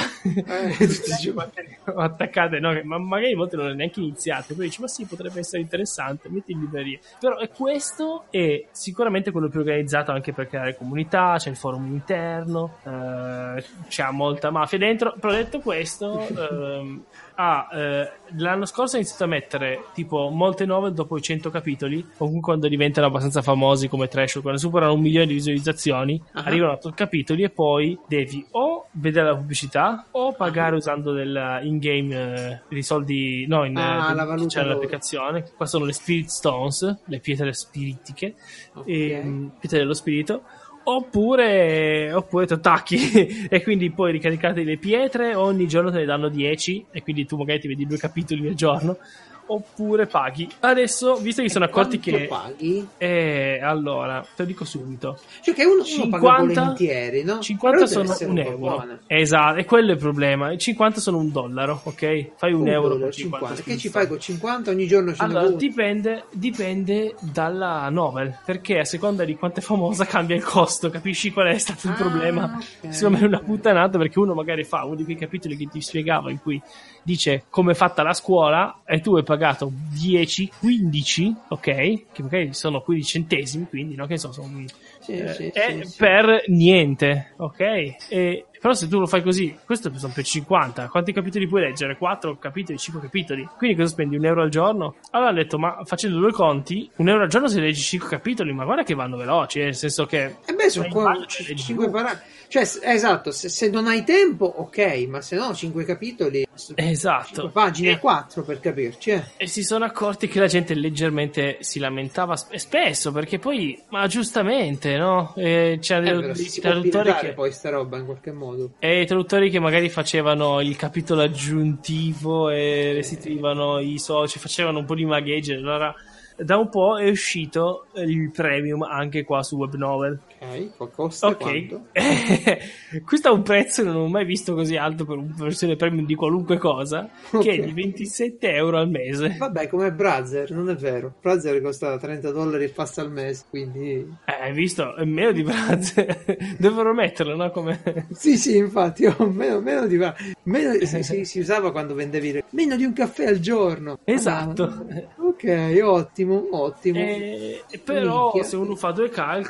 Eh, attaccate, no? Ma magari molte non è neanche iniziate, poi dici ma sì, potrebbe essere interessante, metti in libreria. Però è questo è sicuramente quello più organizzato anche per creare comunità, c'è il forum interno, eh, c'è molta mafia dentro, però detto questo... Ehm, Ah, eh, l'anno scorso ha iniziato a mettere tipo molte novel dopo i cento capitoli, comunque quando diventano abbastanza famosi come Threshold, quando superano un milione di visualizzazioni, uh-huh. arrivano a otto capitoli e poi devi o vedere la pubblicità o pagare uh-huh. usando del in-game eh, dei soldi, no, in ah, la valuta c'è l'applicazione. Qua sono le Spirit Stones, le pietre spiritiche, okay. e, pietre dello spirito. Oppure, oppure ti attacchi e quindi poi ricaricate le pietre, ogni giorno te ne danno dieci e quindi tu magari ti vedi due capitoli al giorno. Oppure paghi. Adesso, visto che sono accorti che paghi? Eh, allora, te lo dico subito. Cioè che uno, uno paga volentieri, no? cinquanta sono un euro. Buona. Esatto, e quello è il problema. cinquanta sono un dollaro, ok? Fai un, un euro con cinquanta. cinquanta. Che ci fai con cinquanta ogni giorno? Ce allora, dipende, dipende dalla novel, perché a seconda di quanto è famosa cambia il costo, capisci qual è stato il ah, problema? Okay. Secondo me è una puttanata, perché uno magari fa uno di quei capitoli che ti spiegava in cui dice come è fatta la scuola e tu hai pagato dieci, quindici, ok? Che magari sono quindici centesimi, quindi no, che so, sono sì, eh, sì, è sì, per sì. niente, ok? E però se tu lo fai così, questo sono per cinquanta, quanti capitoli puoi leggere? quattro capitoli, cinque capitoli, quindi cosa spendi? Un euro al giorno? Allora ho detto, ma facendo due conti, un euro al giorno se leggi cinque capitoli, ma guarda che vanno veloci, nel senso che e beh, sono qua cinque parametri. Cioè, esatto, se, se non hai tempo, ok, ma se no, cinque capitoli, esatto, cinque pagine a quattro per capirci. Eh. E si sono accorti che la gente leggermente si lamentava sp- spesso, perché poi, ma giustamente, no? E c'erano eh, dei si traduttori che poi sta roba in qualche modo. E i traduttori che magari facevano il capitolo aggiuntivo e restituivano i soci, facevano un po' di magheggio, allora da un po' è uscito il premium anche qua su Web Novel. Ok, costa okay. quanto? Questo ha un prezzo che non ho mai visto così alto per una versione premium di qualunque cosa, okay. che è di ventisette euro al mese. Vabbè, come Brother, non è vero. Brother costa trenta dollari e passa al mese, quindi... Eh, hai visto? È meno di Brother. Devono metterlo, no? Come... Sì, sì, infatti, oh, meno, meno di... Meno, si, si, si usava quando vendevi meno di un caffè al giorno. Esatto. Ah, ok, ottimo, ottimo. Eh, però Minchia. Se uno fa due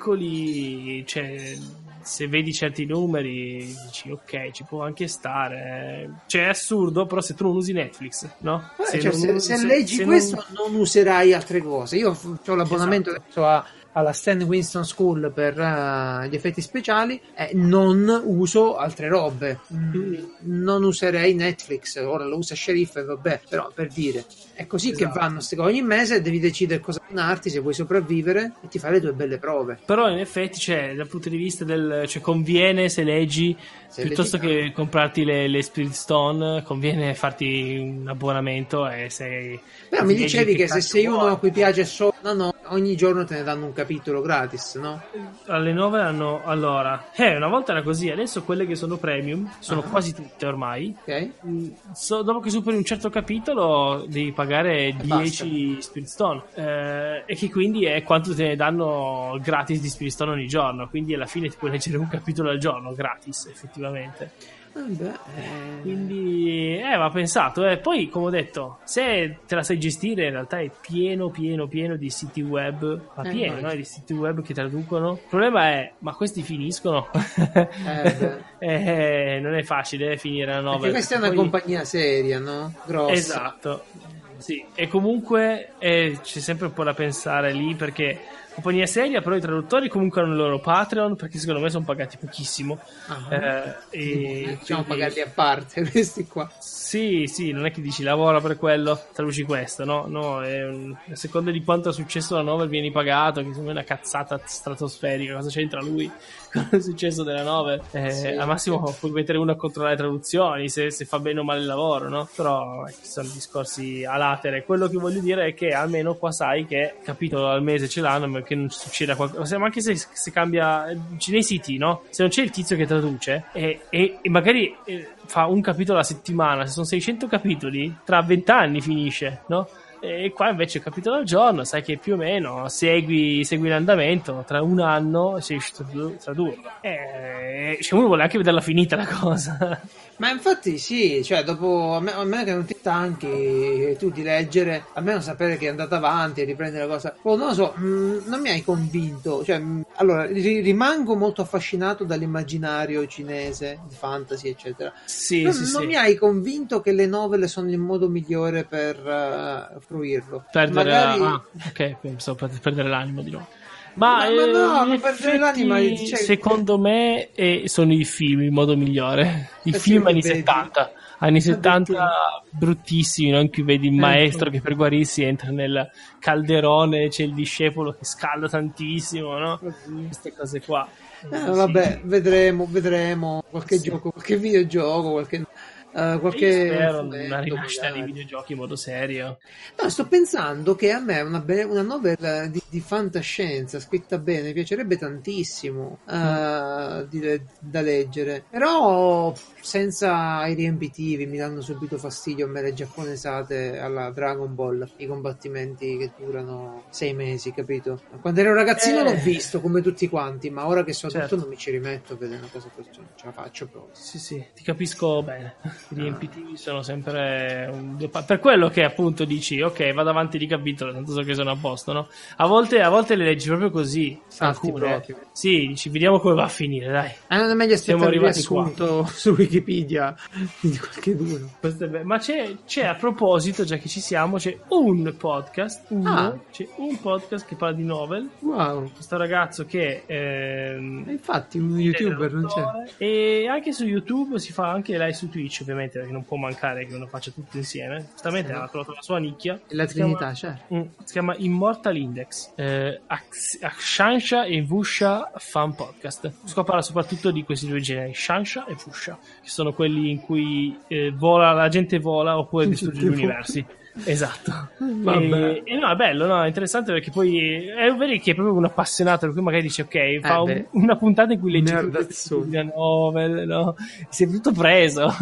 calcoli, cioè, se vedi certi numeri, dici ok, ci può anche stare. Cioè è assurdo, però se tu non usi Netflix, no? Eh, se, cioè, non, se, se, se leggi se questo non... non userai altre cose. Io ho l'abbonamento esatto. a alla Stan Winston School per uh, gli effetti speciali e non uso altre robe. Mm, non userei Netflix, ora lo usa Sheriff e vabbè, però per dire è così esatto. che vanno ste cose. Ogni mese devi decidere cosa donarti se vuoi sopravvivere e ti fai le tue belle prove. Però in effetti, cioè, dal punto di vista del, cioè, conviene se leggi se piuttosto leggi che comprarti le, le Spirit Stone, conviene farti un abbonamento e sei. Però mi dicevi che, che se sei uno a cui piace solo no, no, ogni giorno te ne danno un capitolo gratis, no? Alle nove hanno allora eh una volta era così, adesso quelle che sono premium sono uh-huh. quasi tutte ormai. Ok. So, dopo che superi un certo capitolo devi pagare e dieci basta. Spirit Stone eh, e che quindi è quanto te ne danno gratis di Spirit Stone ogni giorno, quindi alla fine ti puoi leggere un capitolo al giorno gratis effettivamente. Vabbè, eh... Quindi eh, va pensato. Eh. Poi, come ho detto, se te la sai gestire, in realtà è pieno, pieno, pieno di siti web, ma eh, pieno, no. no? Di siti web che traducono. Il problema è, ma questi finiscono? eh, eh, non è facile finire la novel. Perché questa è una poi... compagnia seria, no? Grossa. Esatto. Sì, e comunque eh, c'è sempre un po' da pensare lì, perché compagnia seria, però i traduttori comunque hanno il loro Patreon, perché secondo me sono pagati pochissimo. Uh-huh. eh, e diciamo quindi... pagati a parte questi qua. Sì, sì, non è che dici lavora per quello, traduci questo, no? No, è un... a seconda di quanto è successo la novel vieni pagato, che sembra una cazzata stratosferica, cosa c'entra lui con il successo della novel? Eh, sì, al massimo sì. puoi mettere uno a controllare le traduzioni, se, se fa bene o male il lavoro, no? Però ci sono discorsi a latere. Quello che voglio dire è che almeno qua sai che capitolo al mese ce l'hanno, ma che non succeda qualcosa, ma anche se, se cambia nei siti, no? Se non c'è il tizio che traduce e, e, e magari eh, fa un capitolo alla settimana, se sono seicento capitoli, tra vent'anni finisce, no? E qua invece il capitolo al giorno, sai che più o meno segui, segui l'andamento, tra un anno sei riuscito a tradurlo. E cioè uno vuole anche vederla finita la cosa. Ma infatti sì, cioè dopo, a me, a me che non ti stanchi tu di leggere, almeno sapere che è andata avanti e riprendere la cosa, oh, non lo so, mh, non mi hai convinto, cioè, mh, allora, ri- rimango molto affascinato dall'immaginario cinese, di fantasy eccetera, Sì, non, sì, non sì. mi hai convinto che le novelle sono il modo migliore per uh, fruirlo. Perdere Magari... la... ah, ok, pensavo per perdere l'animo di nuovo. Ma, Ma, ma no, eh, non perdere l'anima, cioè... secondo me eh, sono i film il modo migliore. I eh film sì, anni vedi. settanta, anni settanta bruttissimi, no? In cui vedi il maestro ecco. che per guarirsi entra nel calderone, c'è il discepolo che scalda tantissimo, no? Queste cose qua. Eh, sì. Vabbè, vedremo, vedremo qualche sì. gioco, qualche videogioco, qualche... Uh, qualche Io spero fumetto, una rinascita magari. dei videogiochi in modo serio. No, sto pensando che a me una, be- una novel di, di fantascienza scritta bene mi piacerebbe tantissimo uh, mm. di, da leggere, però senza i riempitivi mi danno subito fastidio a me le giapponesate alla Dragon Ball, i combattimenti che durano sei mesi, capito? Quando ero ragazzino eh. l'ho visto come tutti quanti, ma ora che so certo. tutto non mi ci rimetto a vedere una cosa così, non ce la faccio proprio. Sì, sì, ti capisco bene. I riempitivi sono sempre un... per quello che appunto dici ok, vado avanti di capitolo, tanto so che sono a posto, no? A volte, a volte le leggi proprio così, alcune. Sì, dici vediamo come va a finire, dai. Ah, non è meglio aspettare il riassunto su Wikipedia di qualche duro. Ma c'è, c'è a proposito, già che ci siamo, c'è un podcast, uno, ah. c'è un podcast che parla di novel. Wow. Questo ragazzo che ehm, infatti un youtuber non c'è. E anche su YouTube si fa anche live su Twitch, ovviamente, perché non può mancare che uno faccia tutto insieme. Giustamente sì. Ha trovato la sua nicchia. E la Trinità, certo. Mm, si chiama Immortal Index, eh, Shansha e Vusha Fan Podcast. Si parla soprattutto di questi due generi, Shansha e Vusha, che sono quelli in cui eh, vola, la gente vola oppure distrugge gli universi. Esatto. E, e no, è bello, no? È interessante perché poi è vero che è proprio un appassionato, per cui magari dice ok, fa eh un, una puntata in cui legge una novel, no? Si è tutto preso.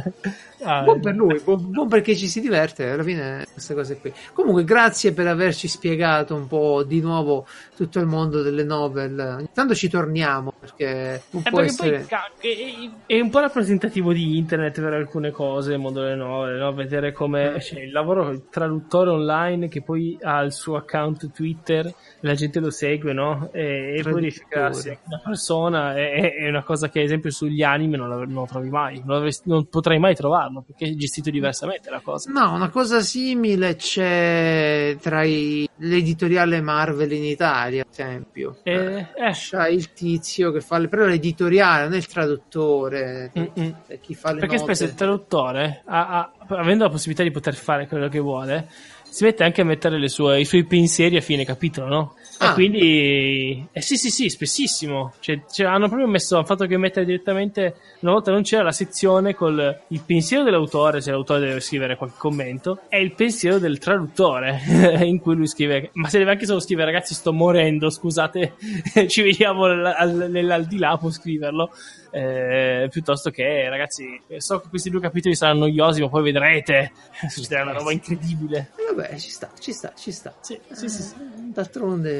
Ah, buon per lui, buon, buon perché ci si diverte alla fine queste cose qui. Comunque grazie per averci spiegato un po' di nuovo tutto il mondo delle novel. Intanto ci torniamo perché non eh, può perché essere poi è, è un po' rappresentativo di internet per alcune cose, il mondo delle novel, no? Vedere come eh. cioè, il lavoro il traduttore online che poi ha il suo account Twitter, la gente lo segue, no? E, e poi verificarsi una persona è, è una cosa che ad esempio sugli anime non, la, non lo trovi mai, non, avresti, non potrai mai trovarlo perché è gestito diversamente la cosa. No, una cosa simile c'è tra i, l'editoriale Marvel in Italia, ad esempio. Eh, eh. C'è il tizio che fa le, però l'editoriale, non è il traduttore. È chi fa le perché note. spesso il traduttore, ha, ha, avendo la possibilità di poter fare quello che vuole, si mette anche a mettere le sue, i suoi pensieri a fine capitolo, no? Ah. E quindi eh sì sì sì spessissimo cioè, cioè hanno proprio messo il fatto che mettere direttamente, una volta non c'era la sezione col il pensiero dell'autore, se l'autore deve scrivere qualche commento, e il pensiero del traduttore in cui lui scrive, ma se deve anche solo scrivere ragazzi sto morendo, scusate ci vediamo nell'aldilà, può scriverlo. Eh, piuttosto che ragazzi so che questi due capitoli saranno noiosi ma poi vedrete succederà una roba incredibile. Vabbè ci sta ci sta ci sta sì, sì, sì, sì. D'altronde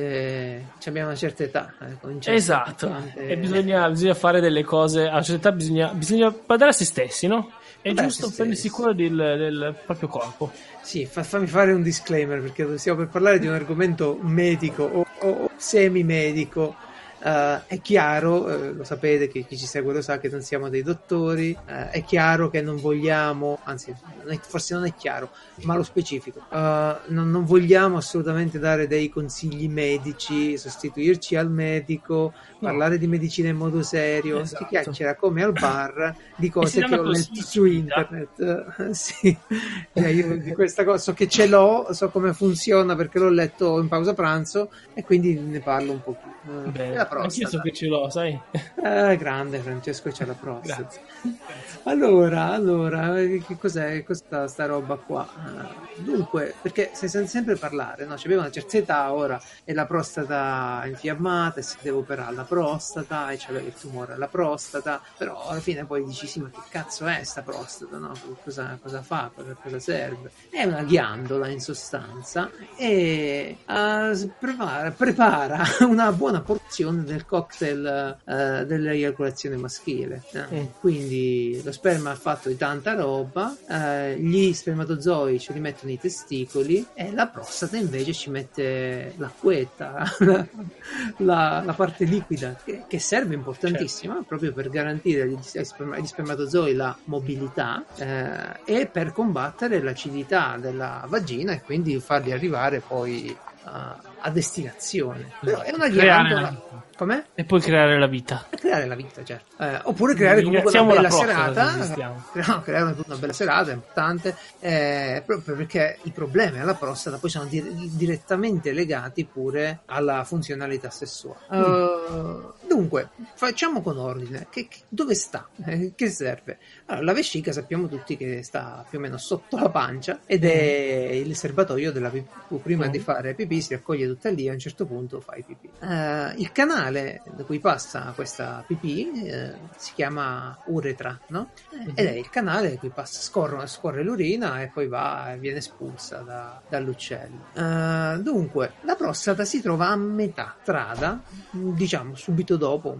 eh, abbiamo una certa età. Eh, esatto, tante... e bisogna, bisogna fare delle cose, a una certa età bisogna, bisogna badare a se stessi, no? È Beh, giusto prendersi cura del, del proprio corpo. Sì, fa, fammi fare un disclaimer, perché stiamo per parlare di un argomento medico o, o semi-medico. Uh, è chiaro, uh, lo sapete, che chi ci segue lo sa che non siamo dei dottori, uh, è chiaro che non vogliamo, anzi non è, forse non è chiaro, ma lo specifico, uh, non, non vogliamo assolutamente dare dei consigli medici, sostituirci al medico, no. parlare di medicina in modo serio, esatto. si chiacchiera come al bar di cose che ho letto su internet. Uh, sì, eh, io di questa cosa so che ce l'ho, so come funziona perché l'ho letto in pausa pranzo e quindi ne parlo un pochino. Uh, Bene. Anch'io so che ce l'ho, sai? Eh, grande Francesco, c'è la prostata. Grazie. Allora, allora, che cos'è questa sta roba qua? Dunque, perché si sente sempre parlare, no? C'aveva una certa età ora e la prostata infiammata e si deve operare la prostata e c'aveva il tumore alla prostata, però alla fine poi dici sì, ma che cazzo è sta prostata, no? Cosa, cosa fa, cosa, cosa serve? È una ghiandola in sostanza e uh, prepara, prepara una buona porzione del cocktail uh, dell'eiaculazione maschile, eh? mm. Quindi lo sperma ha fatto di tanta roba, uh, gli spermatozoi ce li mettono i testicoli e la prostata invece ci mette l'acquetta, la, la, la parte liquida che, che serve importantissima, certo. proprio per garantire agli, agli spermatozoi la mobilità eh, e per combattere l'acidità della vagina e quindi farli arrivare poi a, a destinazione. Però è una ghiandola. Com'è? E poi creare la vita. Creare la vita, certo. Eh, oppure creare comunque una bella serata. No, creare una, una bella serata è importante, eh, proprio perché i problemi alla prostata poi sono di, direttamente legati pure alla funzionalità sessuale. Mm. Uh, dunque, facciamo con ordine. Che, che, dove sta? Eh, che serve? Allora, la vescica sappiamo tutti che sta più o meno sotto la pancia ed è il serbatoio della pipì. Prima mm. di fare pipì si raccoglie tutta lì e a un certo punto fai pipì. Uh, il canale da cui passa questa pipì eh, si chiama uretra, no? Mm-hmm. Ed è il canale da cui passa, scorre, scorre l'urina e poi va e viene espulsa da, dall'uccello. Uh, dunque, la prostata si trova a metà strada, diciamo subito dopo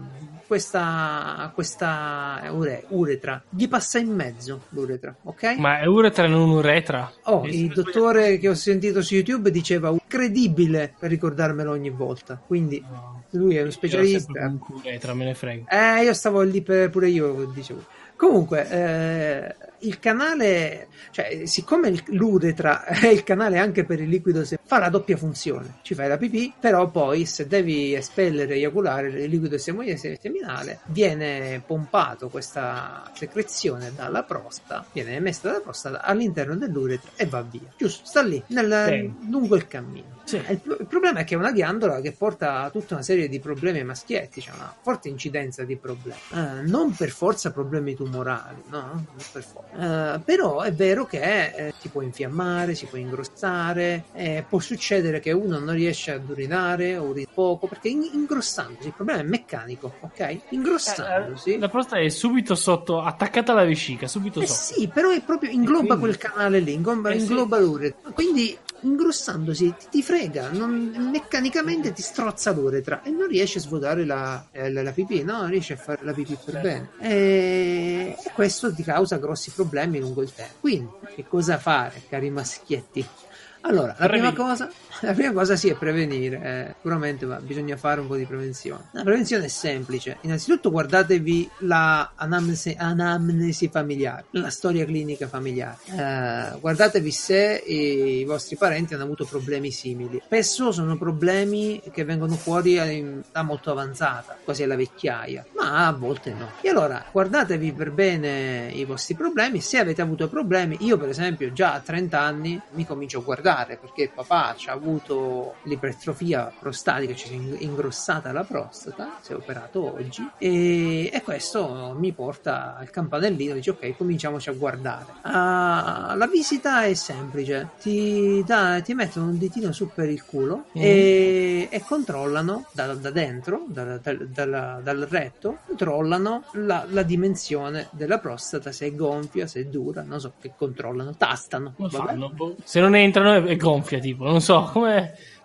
questa, questa ure, uretra, gli passa in mezzo l'uretra, ok? Ma è uretra non uretra? Oh, il dottore che ho sentito su YouTube diceva incredibile per ricordarmelo ogni volta, quindi no. Lui è uno specialista. Uretra, me ne frega. Eh, io stavo lì per, pure io dicevo. Comunque, eh, il canale, cioè, siccome l'uretra è il canale anche per il liquido seminale, fa la doppia funzione. Ci fai la pipì, però poi se devi espellere, eiaculare il liquido seminale, viene pompato questa secrezione dalla prostata, viene emessa dalla prostata all'interno dell'uretra e va via. Giusto, sta lì, nel, sì. lungo il cammino. Sì. Il, il problema è che è una ghiandola che porta a tutta una serie di problemi maschietti, c'è cioè una forte incidenza di problemi. Eh, non per forza problemi tumorali, no? Non per forza. Uh, però è vero che eh, si può infiammare, si può ingrossare, eh, può succedere che uno non riesce ad urinare o urina poco perché in- ingrossandosi, il problema è meccanico, ok? Ingrossandosi, eh, la prostata è subito sotto, attaccata alla vescica, subito eh sotto. Sì, però è proprio ingloba quindi... quel canale lì, ingloba, eh ingloba sì. l'uretra, quindi ingrossandosi ti, ti frega, non, meccanicamente ti strozza l'uretra e non riesci a svuotare la, eh, la, la pipì, no? Non riesci a fare la pipì per bene e, e questo ti causa grossi problemi lungo il tempo. Quindi che cosa fare, cari maschietti? Allora, la prima cosa, la prima cosa sì è prevenire, eh, sicuramente ma bisogna fare un po' di prevenzione. La prevenzione è semplice. Innanzitutto guardatevi la anamnesi, anamnesi familiare, la storia clinica familiare. Eh, guardatevi se i, i vostri parenti hanno avuto problemi simili. Spesso sono problemi che vengono fuori in età molto avanzata, quasi alla vecchiaia, ma a volte no. E allora guardatevi per bene i vostri problemi. Se avete avuto problemi, io per esempio già a trenta anni mi comincio a guardare perché il papà ci ha avuto l'ipertrofia prostatica, ci si è ingrossata la prostata, si è operato oggi e, e questo mi porta al campanellino, dice ok, cominciamoci a guardare. Uh, la visita è semplice, ti, da, ti mettono un ditino su per il culo mm. e, e controllano da, da dentro, da, da, da, dal retto, controllano la, la dimensione della prostata, se è gonfia, se è dura, non so, che controllano, tastano. Fanno, se non entrano è gonfia, tipo, non so come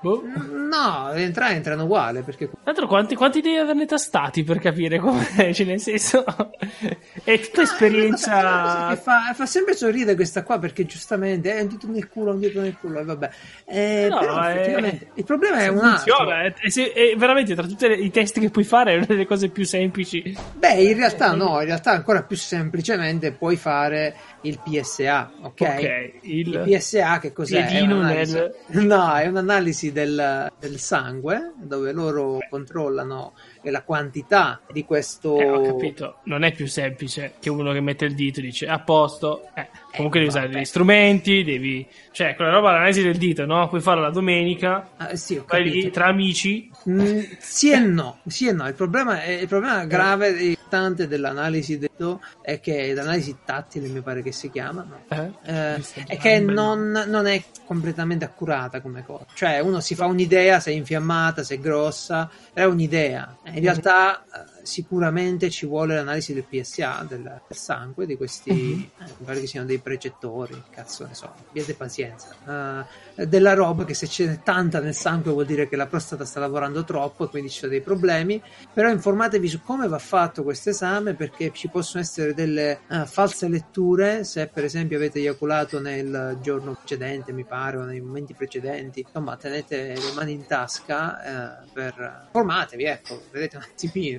Boh. No, entra, entrano uguale perché... Tra l'altro quanti, quanti devi averne tastati per capire com'è? Cioè nel senso è tutta esperienza. Ah, che fa, fa sempre sorridere questa qua perché giustamente è un dito nel culo, un dito nel culo e vabbè. Eh, no, però effettivamente è... il problema è un funziona, altro. è, è, è veramente tra tutti i test che puoi fare è una delle cose più semplici. Beh, in realtà no, in realtà ancora più semplicemente puoi fare il P S A, ok? Ok, il, il P S A che cos'è? È nel... No, è un'analisi del, del sangue dove loro controllano la quantità di questo... Eh, ho capito, non è più semplice che uno che mette il dito e dice a posto, eh, comunque eh, devi usare degli strumenti, devi... Cioè, quella roba, l'analisi del dito, no? Puoi farla la domenica, ah, sì, ho vai lì tra amici. Mm, sì e no, sì e no. Il problema, è, il problema grave e importante dell'analisi del dito è che l'analisi tattile, mi pare che si chiama, no? eh? Eh, è che non, non è completamente accurata come cosa. Cioè, uno si fa un'idea se è infiammata, se è grossa, è un'idea. In realtà sicuramente ci vuole l'analisi del P S A, del, del sangue, di questi, mm-hmm. eh, mi pare che siano dei precettori, cazzo ne so, abbiate pazienza, uh, della roba che se c'è tanta nel sangue vuol dire che la prostata sta lavorando troppo e quindi ci sono dei problemi, però informatevi su come va fatto questo esame perché ci possono essere delle uh, false letture se per esempio avete eiaculato nel giorno precedente, mi pare, o nei momenti precedenti, insomma tenete le mani in tasca uh, per informatevi, ecco, vedete un attimino.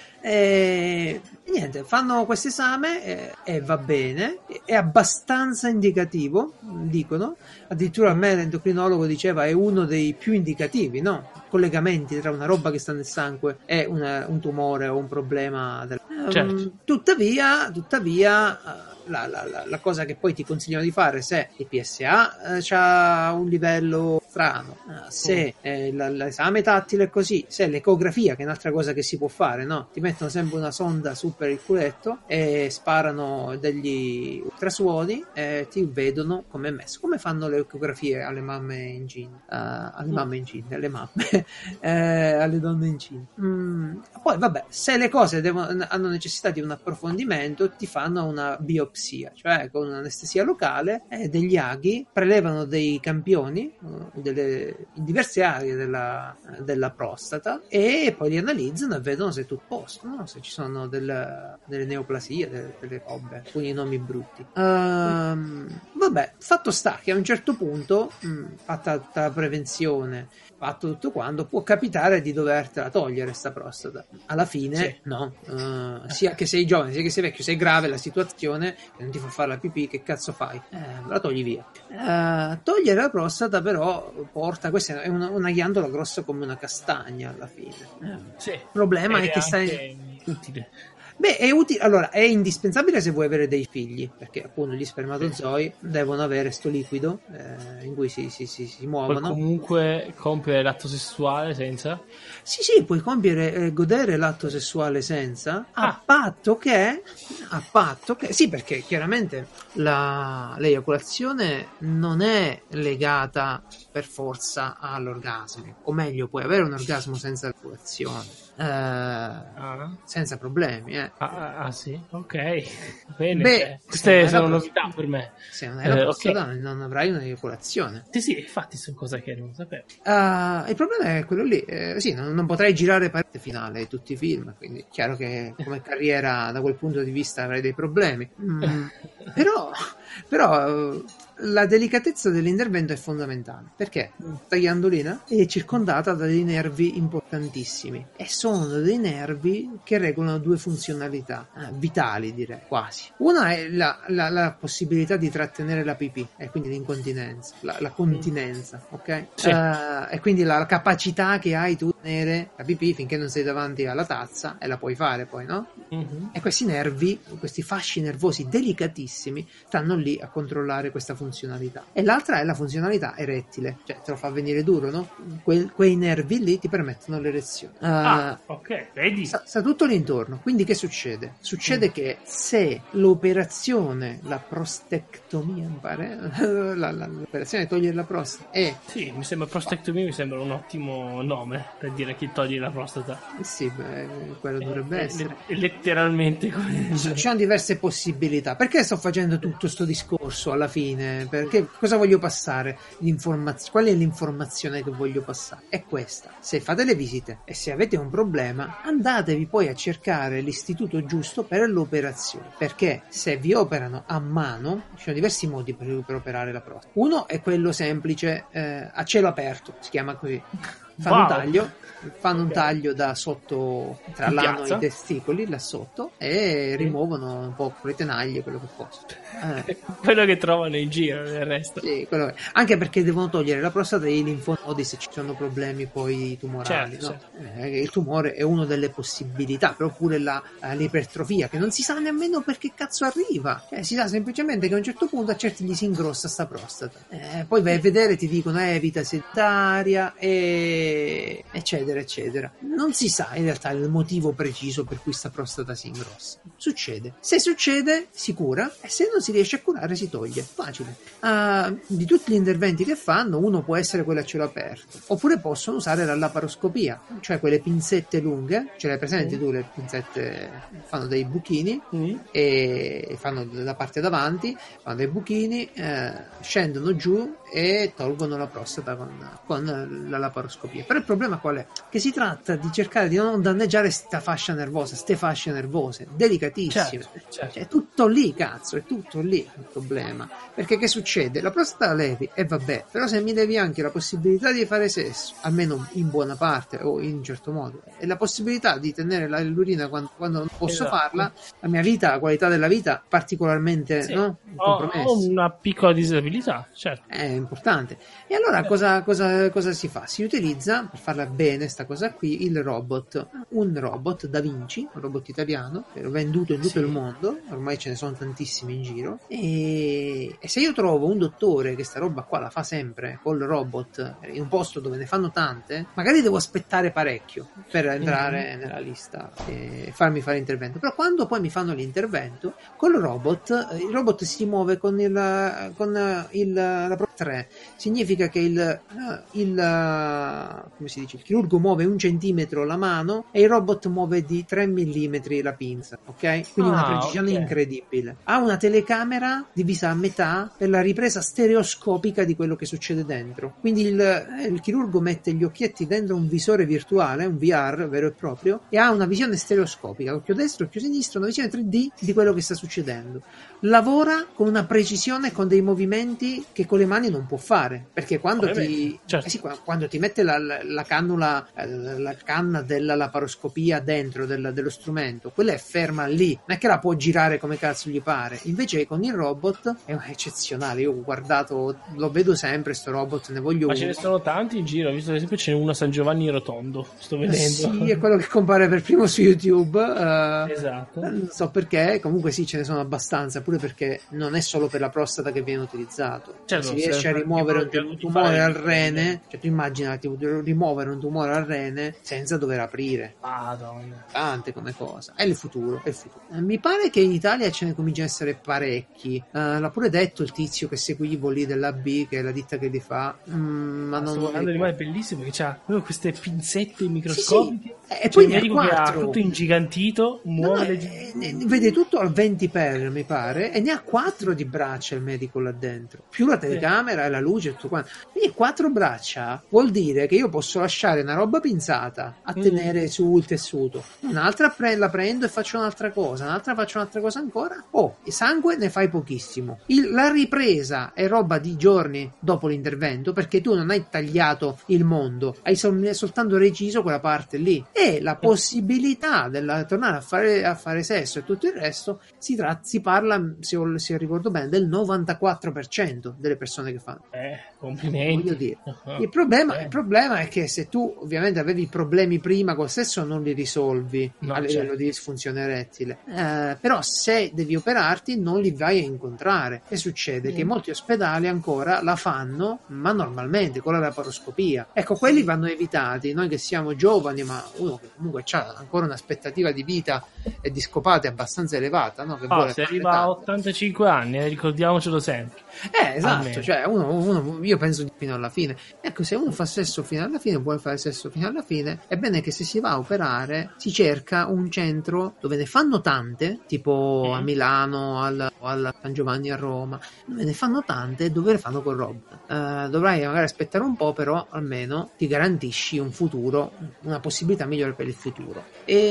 E niente, fanno questo esame e, e va bene, è abbastanza indicativo, dicono, addirittura a me l'endocrinologo diceva è uno dei più indicativi, no? Collegamenti tra una roba che sta nel sangue e una, un tumore o un problema del... certo. um, tuttavia tuttavia La, la, la, la cosa che poi ti consigliano di fare se il P S A eh, ha un livello strano, eh, se eh, l'esame tattile è così, se l'ecografia che è un'altra cosa che si può fare, no? Ti mettono sempre una sonda su per il culetto e sparano degli ultrasuoni e ti vedono come è messo, come fanno le ecografie alle mamme incinte, uh, alle mamme incinte, alle mamme eh, alle donne incinte. Mm. Poi vabbè, se le cose devono, hanno necessità di un approfondimento ti fanno una biopsia, cioè con un'anestesia locale eh, degli aghi prelevano dei campioni uh, delle, in diverse aree della, della prostata e poi li analizzano e vedono se è tutto a posto, no? Se ci sono del, delle neoplasie, delle, delle robe, alcuni nomi brutti. Um, vabbè, fatto sta che a un certo punto, mh, fatta tutta la prevenzione, fatto tutto quanto, può capitare di dovertela togliere sta prostata. Alla fine, sì. no. Uh, sia che sei giovane, sia che sei vecchio, se è grave la situazione, che non ti fa fare la pipì, che cazzo fai? Eh, la togli via. Uh, togliere la prostata però porta, questa è una, una ghiandola grossa come una castagna alla fine. Eh, sì. Il problema Ed è che è stai... utile. Beh, è utile, allora è indispensabile se vuoi avere dei figli, perché appunto gli spermatozoi devono avere sto liquido eh, in cui si, si, si, si muovono. Puoi comunque compiere l'atto sessuale senza? Sì, sì, puoi compiere eh, godere l'atto sessuale senza, ah. a patto che, a patto che, sì, perché chiaramente la, l'eiaculazione non è legata per forza all'orgasmo, o meglio, puoi avere un orgasmo senza eiaculazione. Eh, ah. Senza problemi, eh. Ah, ah sì, ok. Bene. Beh, queste sono novità per me. Se non è la eh, prostata, okay. non avrai un'eiaculazione. Sì, sì, infatti sono cose che non sapevo. Uh, il problema è quello lì. Eh, sì, non, non potrai girare parte finale di tutti i film, quindi è chiaro che come carriera da quel punto di vista avrai dei problemi. Mm, però, però la delicatezza dell'intervento è fondamentale, perché la ghiandolina è circondata da dei nervi importantissimi e sono dei nervi che regolano due funzionalità eh, vitali, direi, quasi. Una è la, la, la possibilità di trattenere la pipì e quindi l'incontinenza, la, la continenza, ok? Sì. Uh, e quindi la, la capacità che hai tu di tenere la pipì finché non sei davanti alla tazza e la puoi fare poi, no? Mm-hmm. E questi nervi, questi fasci nervosi delicatissimi stanno lì a controllare questa funzionalità. E l'altra è la funzionalità erettile, cioè te lo fa venire duro, no? Que- quei nervi lì ti permettono l'erezione. Uh, ah, ok, vedi? Sta, sta tutto l'intorno. Quindi che succede? Succede mm. che se l'operazione, la prostectomia, mi pare, la, la, l'operazione di togliere la prostata è... Sì, mi sembra prostectomia, mi sembra un ottimo nome per dire chi toglie la prostata. Sì, beh, quello eh, dovrebbe eh, essere. Le, letteralmente come... Ci sono diverse possibilità. Perché sto facendo tutto sto discorso alla fine? me, perché cosa voglio passare? L'informaz- qual è l'informazione che voglio passare? È questa: se fate le visite e se avete un problema, andatevi poi a cercare l'istituto giusto per l'operazione, perché se vi operano a mano, ci sono diversi modi per, per operare la prostata. Uno è quello semplice, eh, a cielo aperto, si chiama così. Fanno Wow. un taglio, fanno un Ok. taglio da sotto, tra In l'ano e piazza? i testicoli, là sotto, e rimuovono un po' con le tenaglie quello che possono. Eh, Quello che trovano in giro del resto. sì, quello è. Anche perché devono togliere la prostata e i linfonodi se ci sono problemi poi tumorali. Certo, No? certo. Eh, il tumore è una delle possibilità, però pure la, eh, l'ipertrofia, che non si sa nemmeno perché cazzo arriva. Cioè, si sa semplicemente che a un certo punto a certi gli si ingrossa sta prostata. Eh, poi vai a vedere, ti dicono eh, vita sedentaria, e... eccetera, eccetera. Non si sa in realtà il motivo preciso per cui sta prostata si ingrossa. Succede. Se succede, si cura, e se non si riesce a curare, si toglie. Facile. Uh, di tutti gli interventi che fanno, uno può essere quello a cielo aperto, oppure possono usare la laparoscopia, cioè quelle pinzette lunghe, ce le hai presenti Mm. tu, le pinzette fanno dei buchini Mm. e fanno la parte davanti, fanno dei buchini, eh, scendono giù e tolgono la prostata con, con la laparoscopia. Però il problema qual è? Che si tratta di cercare di non danneggiare sta fascia nervosa, ste fasce nervose, delicatissime. Certo, certo. Cioè, è tutto lì, cazzo, è tutto lì il problema. Perché che succede? La prostata la levi e vabbè, però se mi levi anche la possibilità di fare sesso, almeno in buona parte o in un certo modo, e la possibilità di tenere la, l'urina quando, quando non posso Esatto. farla, la mia vita, la qualità della vita particolarmente Sì. no? Ho, compromessa. ho una piccola disabilità, certo. È importante. E allora cosa, cosa, cosa si fa? Si utilizza, per farla bene sta cosa qui, il robot. Un robot Da Vinci, un robot italiano, che è venduto in tutto Sì. il mondo, ormai ce ne sono tantissimi in giro, e, e se io trovo un dottore che sta roba qua la fa sempre col robot in un posto dove ne fanno tante, magari devo aspettare parecchio per entrare Mm-hmm. nella lista e farmi fare l'intervento. Però quando poi mi fanno l'intervento, col robot, il robot si muove con il, con il la Pro tre, significa che il, il come si dice, il chirurgo muove un centimetro la mano e il robot muove di tre millimetri la pinza, ok? Quindi Ah, una precisione ok. incredibile. Ha una telecamera divisa a metà per la ripresa stereoscopica di quello che succede dentro. Quindi il, eh, il chirurgo mette gli occhietti dentro un visore virtuale, un V R vero e proprio, e ha una visione stereoscopica, occhio destro, occhio sinistro, una visione tre D di quello che sta succedendo. Lavora con una precisione, con dei movimenti che con le mani non può fare, perché quando ti, certo. eh sì, quando ti mette la, la cannula, la canna della laparoscopia dentro del, dello strumento, quella è ferma lì, non è che la può girare come cazzo gli pare. Invece con il robot è eccezionale. Io ho guardato, lo vedo sempre sto robot, ne voglio Ma uno. ce ne sono tanti in giro, ho visto ad esempio c'è uno a San Giovanni Rotondo, sto vedendo. Sì, è quello che compare per primo su YouTube. Uh, esatto. Non so perché, comunque sì, ce ne sono abbastanza, pure perché non è solo per la prostata che viene utilizzato. Certo, si riesce a rimuovere un, un tumore al rene, cioè tu immaginati rimuovere un tumore al rene senza dover aprire. Madonna. Tante come cosa. È il futuro, è il futuro. Eh, mi pare che in Italia ce ne cominciano a essere parecchi. Uh, l'ha pure detto il tizio che seguivo lì dell'A B, che è la ditta che li fa. Mm, ma ah, non sto guardando l'animale, è bellissimo perché c'ha proprio queste pinzette microscopiche. Sì, sì. E C'è poi il ne ha medico che ha quattro. tutto ingigantito, muove No, le eh, ne- vede tutto al venti per mi pare, e ne ha quattro di braccia il medico là dentro, più la telecamera e la luce e tutto quanto. Quindi quattro braccia vuol dire che io posso lasciare una roba pinzata a tenere mm. su il tessuto, un'altra pre- la prendo e faccio un'altra cosa, un'altra faccio un'altra cosa ancora. Oh, il sangue ne fai pochissimo. Il, la ripresa è roba di giorni dopo l'intervento, perché tu non hai tagliato il mondo, hai sol- soltanto reciso quella parte lì, e la possibilità della tornare a fare, a fare sesso e tutto il resto si, tra- si parla, se, ho, se ricordo bene, del novantaquattro per cento delle persone che fanno. Eh, complimenti. Voglio dire. Uh-huh. Il problema, eh. il problema è che se tu ovviamente avevi problemi prima col sesso non li risolvi no, a livello certo. di disfunzione erettile, eh, però se devi operarti non li vai a incontrare. E succede mm. che molti ospedali ancora la fanno, ma normalmente con la laparoscopia. Ecco, quelli vanno evitati. Noi che siamo giovani, ma uno che comunque ha ancora un'aspettativa di vita e di scopate abbastanza elevata, no? Che oh, vuole si arriva a ottantacinque anni, eh, ricordiamocelo sempre. Eh, esatto, almeno. Cioè uno, uno, io io penso fino alla fine. Ecco, se uno fa sesso fino alla fine, vuole fare sesso fino alla fine, è bene che se si va a operare si cerca un centro dove ne fanno tante, tipo a Milano al, o al San Giovanni a Roma, dove ne fanno tante, dove le fanno con robot. Uh, dovrai magari aspettare un po', però almeno ti garantisci un futuro, una possibilità migliore per il futuro.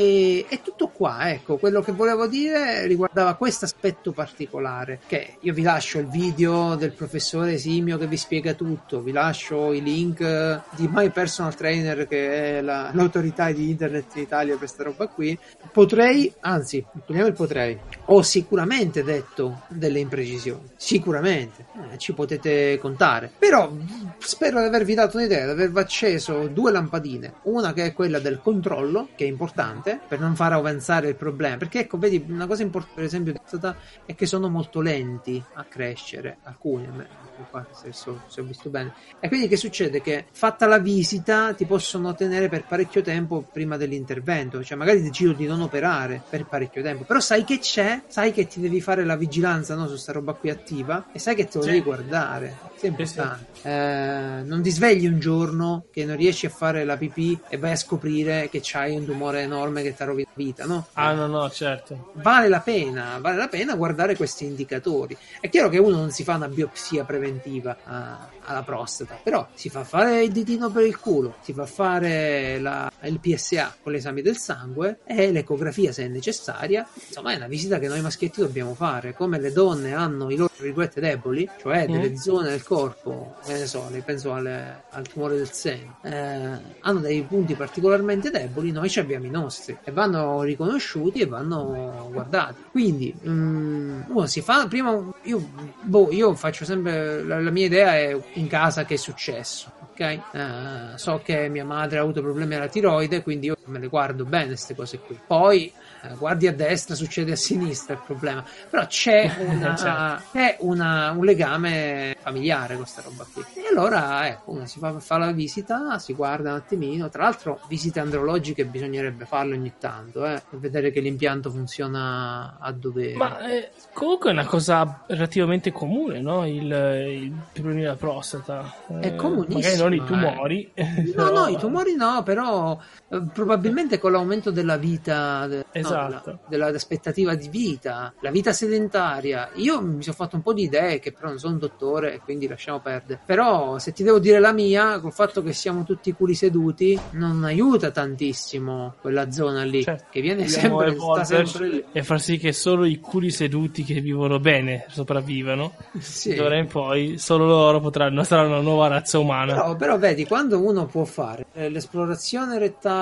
E è tutto qua, ecco, quello che volevo dire riguardava questo aspetto particolare, che io vi lascio il video del professore Simio che vi spiega tutto, vi lascio i link di My Personal Trainer, che è la, l'autorità di internet in Italia per questa roba qui. Potrei, anzi, togliamo il potrei, ho sicuramente detto delle imprecisioni, sicuramente, eh, ci potete contare, però spero di avervi dato un'idea, di avervi acceso due lampadine, una che è quella del controllo, che è importante per non far avanzare il problema, perché ecco, vedi, una cosa importante per esempio è che sono molto lenti a crescere, alcuni, a me se, so, se ho visto bene, e quindi che succede? Che fatta la visita ti possono tenere per parecchio tempo prima dell'intervento, cioè magari decido di non operare per parecchio tempo, però sai che c'è, sai che ti devi fare la vigilanza, no, su sta roba qui attiva, e sai che te lo sì. devi guardare, è importante. Sì, sì. Eh, non ti svegli un giorno che non riesci a fare la pipì e vai a scoprire che c'hai un tumore enorme che ti rovina la vita, no? Ah no no, certo. Vale la pena, vale la pena guardare questi indicatori. È chiaro che uno non si fa una biopsia preventiva a, alla prostata, però si fa fare il ditino per il culo, si fa fare la, il P S A con l'esame del sangue e l'ecografia se è necessaria. Insomma, è una visita che noi maschietti dobbiamo fare. Come le donne hanno i loro virgolette deboli, cioè delle mm. zone del corpo, che ne so, penso alle, al tumore del seno, eh, hanno dei punti particolarmente deboli, noi ci abbiamo i nostri e vanno riconosciuti e vanno guardati. Quindi um, uno si fa prima, io, boh, io faccio sempre la, la mia idea è in casa che è successo, ok? Uh, so che mia madre ha avuto problemi alla tiroide, quindi io me le guardo bene queste cose qui. Poi uh, guardi a destra, succede a sinistra il problema, però c'è, una, certo. c'è una, un legame familiare con questa roba qui. E allora ecco, uno si fa, fa la visita, si guarda un attimino. Tra l'altro visite andrologiche bisognerebbe farle ogni tanto, eh, per vedere che l'impianto funziona a dovere. Ma eh, comunque è una cosa relativamente comune, no? Il, il problema della prostata. È eh, comunissimo. Magari non i tumori. Eh. No, no, i tumori no, però eh, probabilmente con l'aumento della vita, de, esatto. no, della, dell'aspettativa di vita, la vita sedentaria. Io mi sono fatto un po' di idee, che però non sono un dottore e quindi lasciamo perdere. Però se ti devo dire la mia, col fatto che siamo tutti culi seduti, non aiuta tantissimo quella zona lì, certo. Che viene sempre, sta sempre lì. E far sì che solo i culi seduti che vivono bene sopravvivano. Sì. D'ora in poi solo loro potranno, sarà una nuova razza umana. Però, però vedi, quando uno può fare eh, l'esplorazione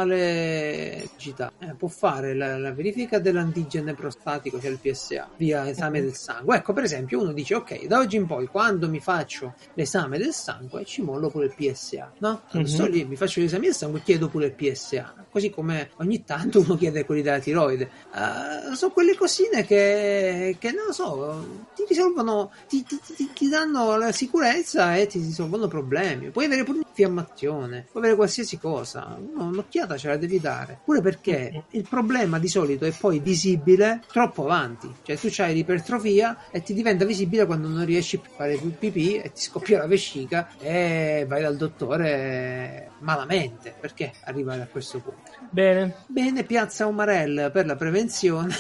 rettale digitale, eh, può fare la, la verifica dell'antigene prostatico, cioè il P S A, via esame mm-hmm. del sangue. Ecco, per esempio, uno dice, ok, da oggi in poi, quando mi faccio l'esame del sangue, ci mollo pure il P S A, no? Quando mm-hmm. sto lì, mi faccio l'esame del sangue, chiedo pure il P S A. Così come ogni tanto uno chiede quelli della tiroide. Uh, sono quelle cosine che, che non lo so, ti risolvono, ti, ti, ti, ti danno la sicurezza e ti risolvono problemi. Puoi avere pure un'infiammazione, puoi avere qualsiasi cosa, no, un'occhiata ce la devi dare. Pure perché il problema di solito è poi visibile troppo avanti, cioè tu c'hai l'ipertrofia e ti diventa visibile quando non riesci più a fare più pipì e ti scoppia la vescica e vai dal dottore malamente, perché arrivare a questo punto. Bene. Bene, Piazza Umarell per la prevenzione.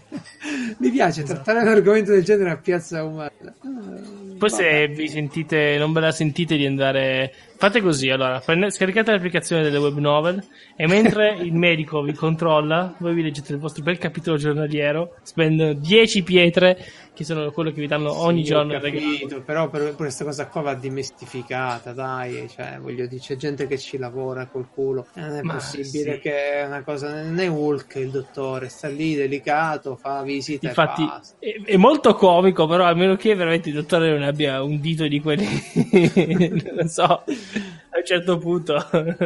Mi piace esatto. trattare un argomento del genere a Piazza Umarell. Poi se vi sentite, non ve la sentite di andare, fate così, allora, prendete, scaricate l'applicazione delle web novel e mentre il medico vi controlla, voi vi leggete il vostro bel capitolo giornaliero, spendo dieci pietre, che sono quello che vi danno ogni sì, giorno. Ho capito, però per, per questa cosa qua va dimestificata, dai, cioè, voglio dire, c'è gente che ci lavora col culo, non è Ma possibile sì. che è una cosa, non è Hulk il dottore, sta lì delicato, fa visita. Infatti, e basta. È, è molto comico, però a meno che veramente il dottore non abbia un dito di quelli, non so, a un certo punto.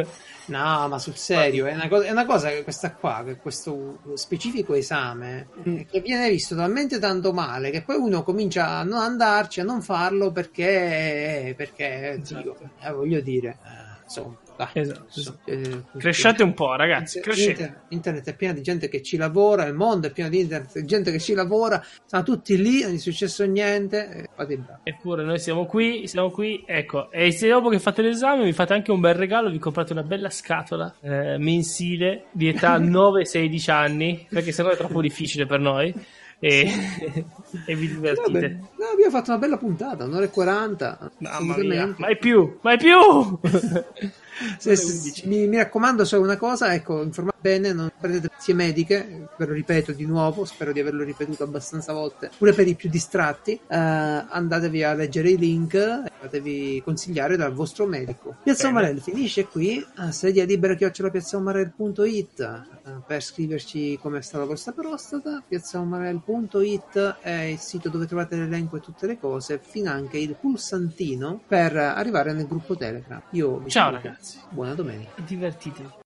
No, ma sul serio, è una cosa, è una cosa che questa qua, che questo specifico esame, mm. che viene visto talmente tanto male che poi uno comincia a non andarci, a non farlo perché, perché, esatto. Dio, eh, voglio dire, eh, insomma. Dai, esatto, so, esatto. eh, Crescete un po', ragazzi, Inter- crescete. Internet, internet è pieno di gente che ci lavora, il mondo è pieno di internet, gente che ci lavora, sono tutti lì, non è successo niente, eh, fate bravi. Eppure noi siamo qui, siamo qui, ecco, e se dopo che fate l'esame vi fate anche un bel regalo, vi comprate una bella scatola eh, mensile di età nove sedici anni, perché sennò è troppo difficile per noi. E, e vi divertite. Vabbè, no, abbiamo fatto una bella puntata, un'ora e quaranta. Mamma mia, mai più, mai più. Se, se, mi, mi raccomando solo una cosa, ecco, informate bene, non prendete pazzie mediche, ve lo ripeto di nuovo, spero di averlo ripetuto abbastanza volte, pure per i più distratti, eh, andatevi a leggere i link e fatevi consigliare dal vostro medico. Piazza Umarell finisce qui, sedia libera chiocciola piazzaumarell punto it eh, per scriverci come sta la vostra prostata. piazzaumarell punto it è il sito dove trovate l'elenco e tutte le cose, finanche il pulsantino per arrivare nel gruppo Telegram. Io vi ciao saluto. ragazzi, Buona domenica. divertitevi.